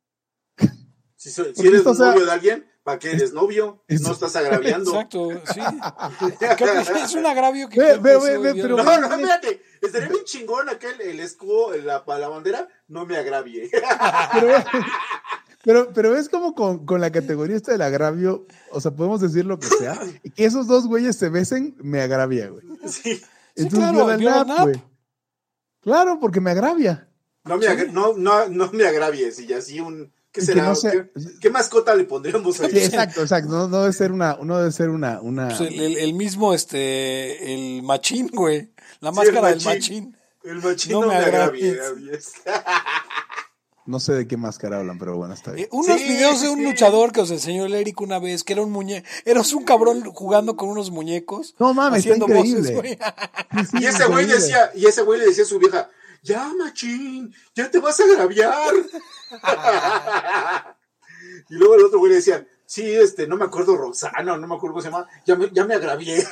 Si, so- si Porque eres esto, o sea, novio de alguien, ¿para qué eres novio? es- No estás agraviando. Exacto, sí. Creo que es un agravio que... Ve, creo que ve, se ve, ve, volvió- pero- No, no, espérate. Estaría bien chingón aquel, el escudo, la, la bandera, no me agravie. Pero, pero, pero es como con, con la categoría esta del agravio, o sea, podemos decir lo que sea, y que esos dos güeyes se besen, me agravia, güey. Sí. Sí, Entonces claro, viola el viola N A P, N A P. güey. Claro, porque me agravia. No me, agra- no, no, no me agravies. Y así un... ¿Qué Y que será? no sea- ¿Qué, qué mascota le pondríamos ahí? Sí, exacto, exacto. No, no debe ser una, uno debe ser una, una. Pues el, el- el mismo, este, el machín, güey. La Sí, máscara el del machín. machín. El machín No no, me me agravie. agravies. No sé de qué máscara hablan, pero bueno, está bien. Eh, unos Sí, videos de sí, un sí. luchador que os enseñó el Eric una vez, que era un muñeco, eras un cabrón jugando con unos muñecos. No mames, está haciendo increíble. voces, güey. Sí, sí, Y ese güey increíble. decía, y ese güey le decía a su vieja, ya machín, ya te vas a agraviar. Y luego el otro güey le decía, sí, este, no me acuerdo Roxana, no me acuerdo cómo se llama, ya me, ya me agravié.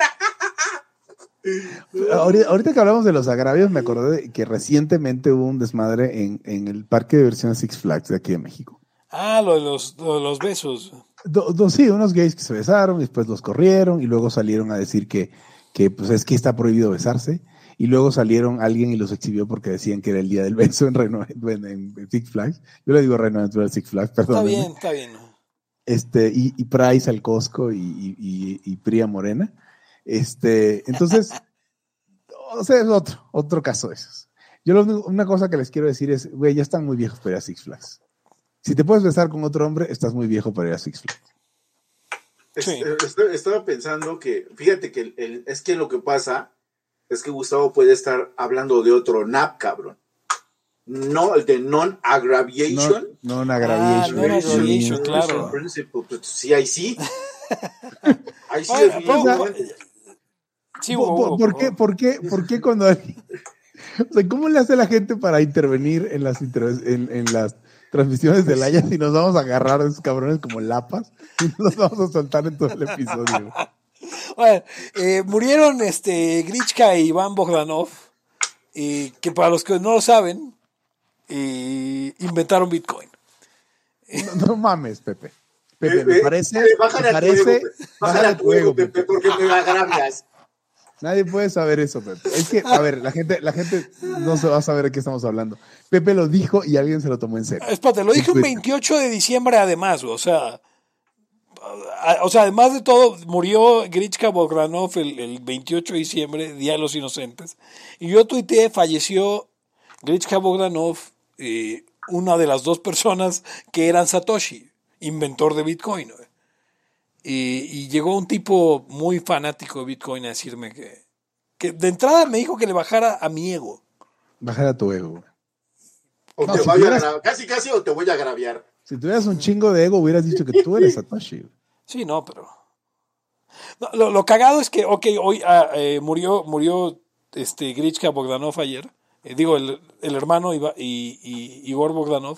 Ahorita, ahorita que hablamos de los agravios, me acordé de que recientemente hubo un desmadre en, en el parque de diversiones Six Flags de aquí de México. Ah, lo de los, lo de los besos. Do- do- sí, unos gays que se besaron, y después los corrieron y luego salieron a decir que, que pues es que está prohibido besarse. Y luego salieron alguien y los exhibió porque decían que era el día del beso en, Reno, en, en Six Flags. Yo le digo Reno Aventura Six Flags, perdón. Está bien, está bien. Este, y, y Price al Costco y, y, y, y Pría Morena. Este, entonces, o sea, es otro, otro caso de esos. Yo lo, una cosa que les quiero decir es, güey, ya están muy viejos para ir a Six Flags. Si te puedes besar con otro hombre, estás muy viejo para ir a Six Flags. Es- Sí. est- Estaba pensando que, fíjate que el, el- es que lo que pasa es que Gustavo puede estar hablando de otro N A P, cabrón. No, el de non-aggravation. No, no una aggravation. Ah, non-aggravation, Sí, claro. Principle, pues, sí, ahí sí. Ahí sí, Bueno, definitivamente. pero- Sí, ¿Por, hubo, por- hubo, por hubo. qué, por, qué, ¿Por qué cuando alguien- o sea, ¿cómo le hace la gente para intervenir en las, interve- en, en las transmisiones de Laya si nos vamos a agarrar a esos cabrones como lapas y nos los vamos a soltar en todo el episodio? Bueno, eh, murieron este Grichka y Iván Bogdanov, y que para los que no lo saben, eh, inventaron Bitcoin. No, no mames, Pepe. Pepe, Eh, me eh, parece, eh, bájale me a tu ego, parece, Pepe. Bájale a tu ego, Pepe, porque me agravias. Nadie puede saber eso, Pepe. Es que, a ver, la gente, la gente no se va a saber de qué estamos hablando. Pepe lo dijo y alguien se lo tomó en serio. Espérate, lo dije un veintiocho de diciembre además, o sea, a- o sea, además de todo, murió Grichka Bogdanov el, el veintiocho de diciembre, Día de los Inocentes, y yo tuiteé, falleció Grichka Bogdanov, eh, una de las dos personas que eran Satoshi, inventor de Bitcoin. ¿no? Y, y llegó un tipo muy fanático de Bitcoin a decirme que, que de entrada me dijo que le bajara a mi ego. Bajar a tu ego, güey. O No, te si voy a tuvieras- agra- casi, casi, o te voy a agraviar. Si tuvieras un chingo de ego, hubieras dicho que tú eres Satoshi. güey. Sí, no, pero... No, lo, lo cagado es que, ok, hoy ah, eh, murió, murió este, Grichka Bogdanov ayer, eh, digo, el, el hermano Iva- y, y- Igor Bogdanov,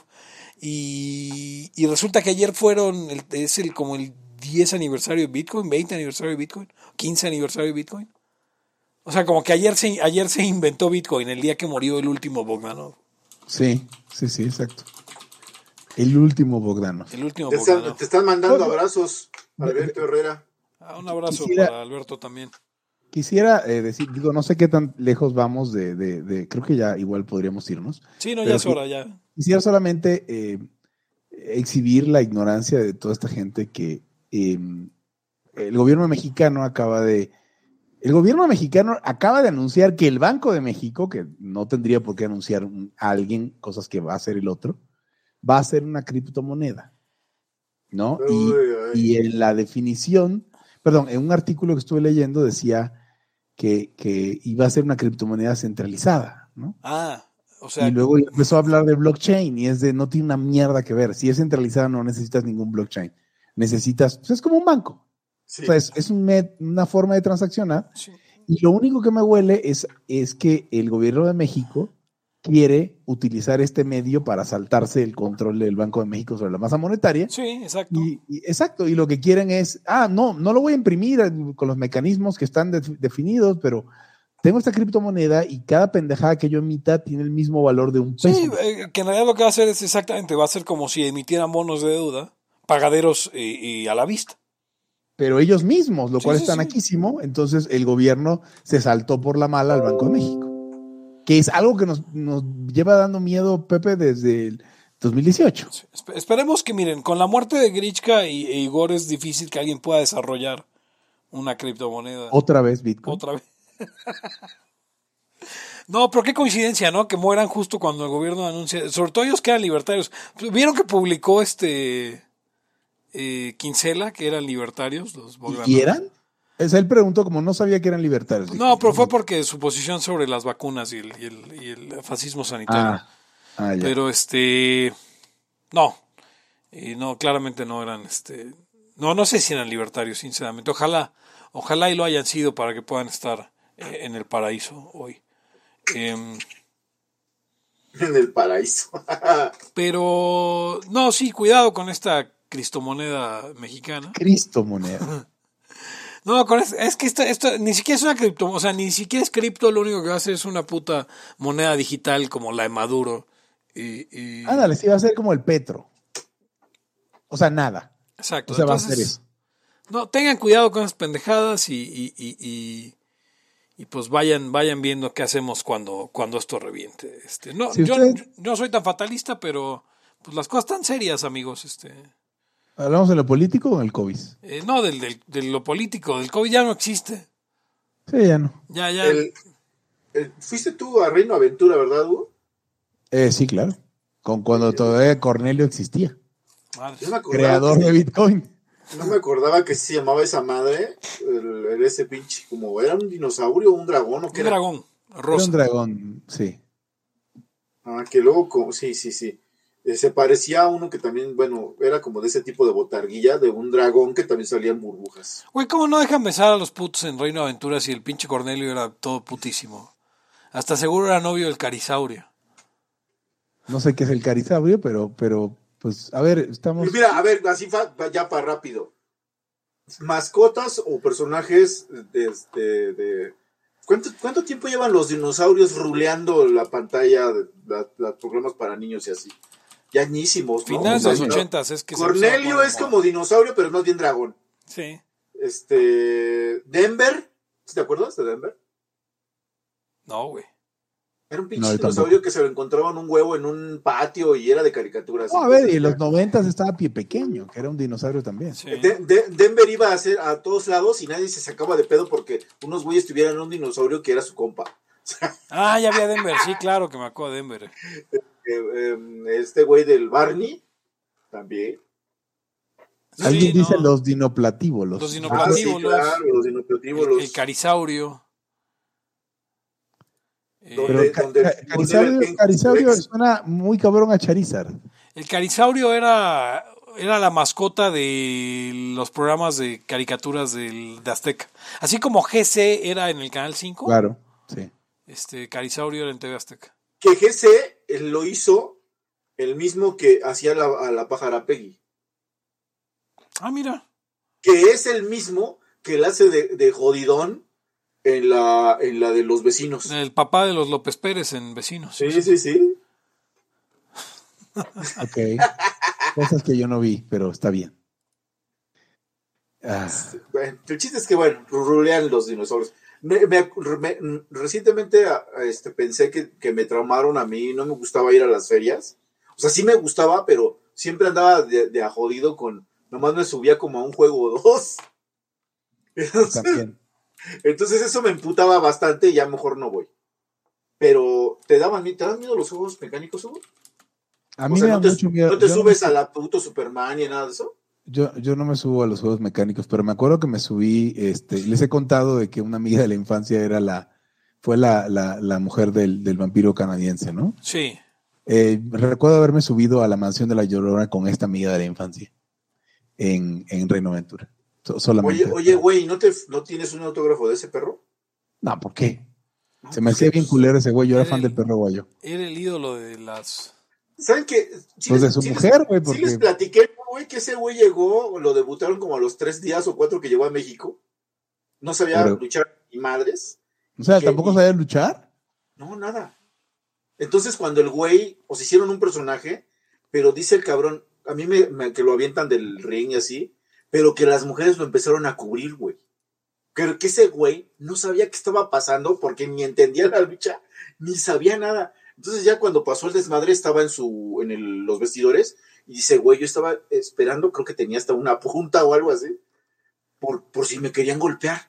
y, y resulta que ayer fueron, el- es el como el diez aniversario de Bitcoin, veinte aniversario de Bitcoin, quince aniversario de Bitcoin. O sea, como que ayer se, ayer se inventó Bitcoin, el día que murió el último Bogdanov. Sí, sí, sí, exacto. El último Bogdanov. El último Te están, Bogdanov. te están mandando No, no. abrazos, Alberto Herrera. Ah, un abrazo Quisiera- para Alberto también. Quisiera eh, decir, digo, no sé qué tan lejos vamos de, de, de- creo que ya igual podríamos irnos. Sí, no, Pero ya es que- hora, ya. Quisiera solamente eh, exhibir la ignorancia de toda esta gente que eh, el gobierno mexicano acaba de... El gobierno mexicano acaba de anunciar que el Banco de México, que no tendría por qué anunciar un- a alguien cosas que va a hacer el otro, va a ser una criptomoneda, ¿no? Y, Uy, ay. y en la definición, perdón, en un artículo que estuve leyendo decía que, que iba a ser una criptomoneda centralizada, ¿no? Ah, o sea, Y luego empezó a hablar de blockchain y es de no tiene una mierda que ver. Si es centralizada no necesitas ningún blockchain. Necesitas, pues es como un banco. Sí. O sea, es, es un met- una forma de transaccionar. sí. Y lo único que me huele es, es que el gobierno de México quiere utilizar este medio para saltarse el control del Banco de México sobre la masa monetaria. Sí, exacto. Y, y- exacto, y lo que quieren es, ah, no, no lo voy a imprimir con los mecanismos que están de- definidos, pero tengo esta criptomoneda y cada pendejada que yo emita tiene el mismo valor de un peso. Sí, eh, que en realidad lo que va a hacer es exactamente, va a ser como si emitieran bonos de deuda, pagaderos eh, y a la vista. Pero ellos mismos, lo Sí, cual sí, está sí. naquísimo. Entonces el gobierno se saltó por la mala al Banco de México, que es algo que nos, nos lleva dando miedo, Pepe, desde el dos mil dieciocho. Espe- Esperemos que, miren, con la muerte de Grichka y, e Igor es difícil que alguien pueda desarrollar una criptomoneda Otra vez Bitcoin. otra vez. No, pero qué coincidencia, ¿no? Que mueran justo cuando el gobierno anuncia, sobre todo ellos que eran libertarios. ¿Vieron que publicó este eh, Kinsella, que eran libertarios, los Bogdanov? ¿Y eran? O sea, él preguntó, como no sabía que eran libertarios. No, pero fue porque su posición sobre las vacunas y el, y el, y el fascismo sanitario. Ah, ah, ya. Pero este, no, y no, claramente no eran, este, no, no sé si eran libertarios, sinceramente. Ojalá, ojalá y lo hayan sido para que puedan estar eh, en el paraíso hoy. Em, En el paraíso. pero, no, sí, cuidado con esta cristomoneda mexicana. Cristo moneda. No, con es, es que esto, esto ni siquiera es una cripto, o sea, ni siquiera es cripto, lo único que hace es una puta moneda digital como la de Maduro. Y, y- Ándale, sí, va a ser como el Petro. O sea, nada. Exacto. O sea, va a entonces, ser eso. No, tengan cuidado con esas pendejadas y, y, y, y, y pues vayan, vayan viendo qué hacemos cuando, cuando esto reviente. Este, no, Si yo, usted- yo no soy tan fatalista, pero pues las cosas están serias, amigos. Este, ¿Hablamos de lo político o en el COVID? eh, no, del, del, de lo político, del COVID ya no existe. Sí, ya no. Ya, ya. El- el- fuiste tú a Reino Aventura, ¿verdad, Hugo? Eh, sí, claro. Con cuando todavía Cornelio existía. Madre. Yo me acordaba Creador que- de Bitcoin. No me acordaba que se llamaba esa madre. El, el ese pinche, como era un dinosaurio o un dragón o qué Un era. dragón, Era rosa. un dragón, sí. Ah, que luego, como- sí, sí, sí. Eh, se parecía a uno que también, bueno, era como de ese tipo de botarguilla, de un dragón que también salía en burbujas. Güey, ¿cómo no dejan besar a los putos en Reino de Aventuras y el pinche Cornelio era todo putísimo? Hasta seguro era novio del Carisaurio. No sé qué es el carisaurio, pero, pero pues, a ver, estamos... Y mira, a ver, así fa, ya para rápido. Mascotas o personajes de... de, de ¿cuánto, ¿Cuánto tiempo llevan los dinosaurios ruleando la pantalla de la, los programas para niños y así? Ya añísimos, ¿no? Finales de los O sea, ochentas, es que... Cornelio es como dinosaurio, pero es más bien dragón. Sí. Este... Denver, ¿te acuerdas de Denver? No, güey. Era un pinche No, dinosaurio que se lo encontraban un huevo en un patio y era de caricaturas. No, a ver, y en los noventas estaba Pie Pequeño, que era un dinosaurio también. Sí. De, de, Denver iba a hacer a todos lados y nadie se sacaba de pedo porque unos güeyes tuvieran un dinosaurio que era su compa. Ah, ya había Denver, sí, claro que me acuerdo de Denver. Eh, eh, este güey del Barney también. Alguien Sí, dice no. los dinoplatívolos. Los Ah, sí, dinoplatívolos. claro, los dinoplatívolos. El, el Carisaurio. Eh, Pero Donde- ca- donde- ca- donde Carisaurio, el- Carisaurio Rex- suena muy cabrón a Charizard. el Carisaurio era, era la mascota de los programas de caricaturas del, de Azteca. Así como G C era en el Canal cinco, Claro, sí. este Carisaurio era en T V Azteca. Que G C eh, lo hizo el mismo que hacía la, a la pájara Peggy. Ah, mira. Que es el mismo que él hace de, de jodidón en la, en la de los vecinos. El papá de los López Pérez en Vecinos. Sí, sí, sí. Ok. Cosas que yo no vi, pero está bien. Ah, Bueno, el chiste es que, bueno, rulean los dinosaurios. Me, me- me- recientemente a- a este, pensé que, que me traumaron a mí, no me gustaba ir a las ferias. O sea, sí me gustaba, pero siempre andaba de, de a jodido con... Nomás me subía como a un juego o dos. Entonces, también. entonces eso me emputaba bastante y ya mejor no voy. Pero, ¿te daban mie- te dan miedo los juegos mecánicos, Hugo? A O mí sea, me da ¿no te, mucho miedo. ¿no te Yo subes me- a la puto Superman y nada de eso? Yo, yo no me subo a los juegos mecánicos, pero me acuerdo que me subí, este, les he contado de que una amiga de la infancia era la, fue la, la, la mujer del, del vampiro canadiense, ¿no? Sí. Eh, recuerdo haberme subido a la mansión de la Llorona con esta amiga de la infancia en, en Reino Aventura. So- solamente. Oye, oye, güey, ¿no, te, ¿no tienes un autógrafo de ese perro? No, ¿por qué? No, Se me pues, hacía bien culero ese güey, yo era Era fan el- del perro guayo. Era el ídolo de las... ¿Saben qué? Sí Pues les- de su sí les- mujer, güey, Sí porque... les platiqué, güey, que ese güey llegó, lo debutaron como a los tres días o cuatro que llegó a México. No sabía Pero- luchar ni madres. O sea, ¿Qué? ¿tampoco sabía luchar? No, nada. Entonces cuando el güey, o se hicieron un personaje, pero dice el cabrón, a mí me, me- que lo avientan del ring y así, pero que las mujeres lo empezaron a cubrir, güey. Que, que ese güey no sabía qué estaba pasando porque ni entendía la lucha, ni sabía nada. Entonces ya cuando pasó el desmadre estaba en su en el- los vestidores y dice, güey, yo estaba esperando, creo que tenía hasta una punta o algo así, por, por si me querían golpear.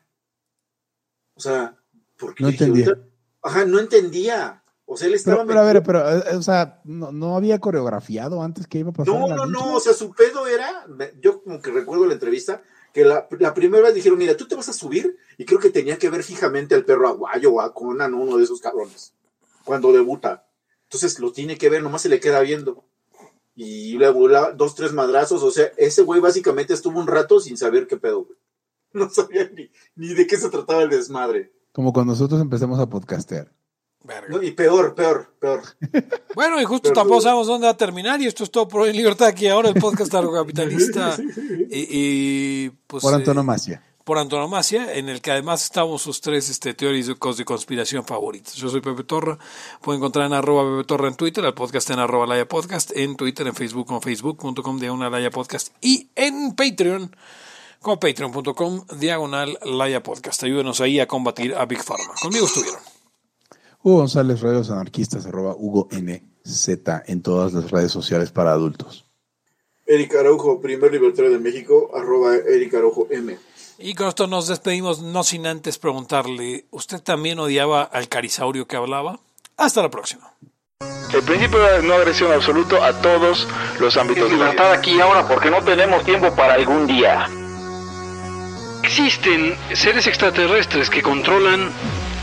O sea, porque No yo dije, entendía. ahorita- ajá, no entendía. O sea, él estaba Pero, pero a ver, metido- pero, eh, o sea, no, no había coreografiado antes que iba a pasar No, la no, lucha? no, o sea, su pedo era, me- yo como que recuerdo la entrevista, que la, la primera vez dijeron, mira, tú te vas a subir, y creo que tenía que ver fijamente al perro Aguayo o a Conan, uno de esos cabrones, cuando debuta. Entonces lo tiene que ver, nomás se le queda viendo. Y luego la- dos, tres madrazos, o sea, ese güey básicamente estuvo un rato sin saber qué pedo, güey. No sabía ni, ni de qué se trataba el desmadre. Como cuando nosotros empezamos a podcastear. Verga. ¿No? Y peor, peor, peor. Bueno, y justo Pero- tampoco sabemos dónde va a terminar, y esto es todo por hoy en Libertad, aquí ahora el podcast capitalista y, y, pues, Por eh, antonomasia. por antonomasia, en el que además estamos sus tres este, teóricos de conspiración favoritos. Yo soy Pepe Torra, pueden encontrar en arroba Pepe Torra en Twitter, el podcast en arroba Laya Podcast, en Twitter, en Facebook como facebook.com diagonal Laya Podcast y en Patreon como patreon.com diagonal Laya Podcast. Ayúdenos ahí a combatir a Big Pharma. Conmigo estuvieron Hugo González, Radios Anarquistas, arroba Hugo N Z en todas las redes sociales para adultos. Eric Araujo, primer libertario de México, arroba Eric Araujo M. y con esto nos despedimos, no sin antes preguntarle, ¿usted también odiaba al Carisaurio que hablaba? Hasta la próxima. El principio de no agresión absoluto a todos los ámbitos de la vida. Libertad aquí y ahora porque no tenemos tiempo para algún día. Existen seres extraterrestres que controlan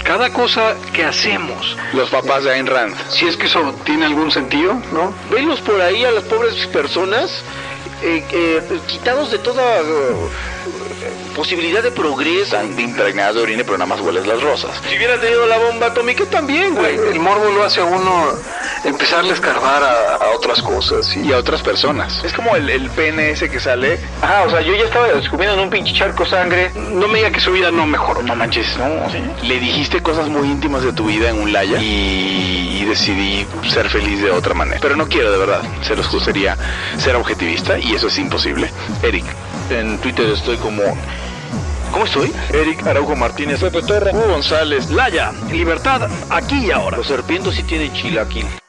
Cada cosa que hacemos, Los papás de Ayn Rand. si es que eso tiene algún sentido, ¿no? Velos por ahí a las pobres personas eh, eh, quitados de toda uh, posibilidad de progreso. Están impregnadas de orina, pero nada más hueles las rosas. Si hubiera tenido la bomba atómica también, güey. El morbo lo hace a uno empezarle a escarbar a, a otras cosas. Y a otras personas. Es como el, el pene ese que sale. Ajá, o sea, yo ya estaba descubriendo en un pinche charco sangre. No me diga que su vida no mejoró. No manches, no. ¿Sí? Le dijiste cosas muy íntimas de tu vida en un laya y, y decidí ser feliz de otra manera. Pero no quiero, de verdad. Se los juro, sería ser objetivista y eso es imposible. Eric, en Twitter estoy como... ¿Cómo estoy? Eric Araujo Martínez, Pepe Torra, Hugo González, Laya, libertad, aquí y ahora. Los serpientes sí tienen chilaquil.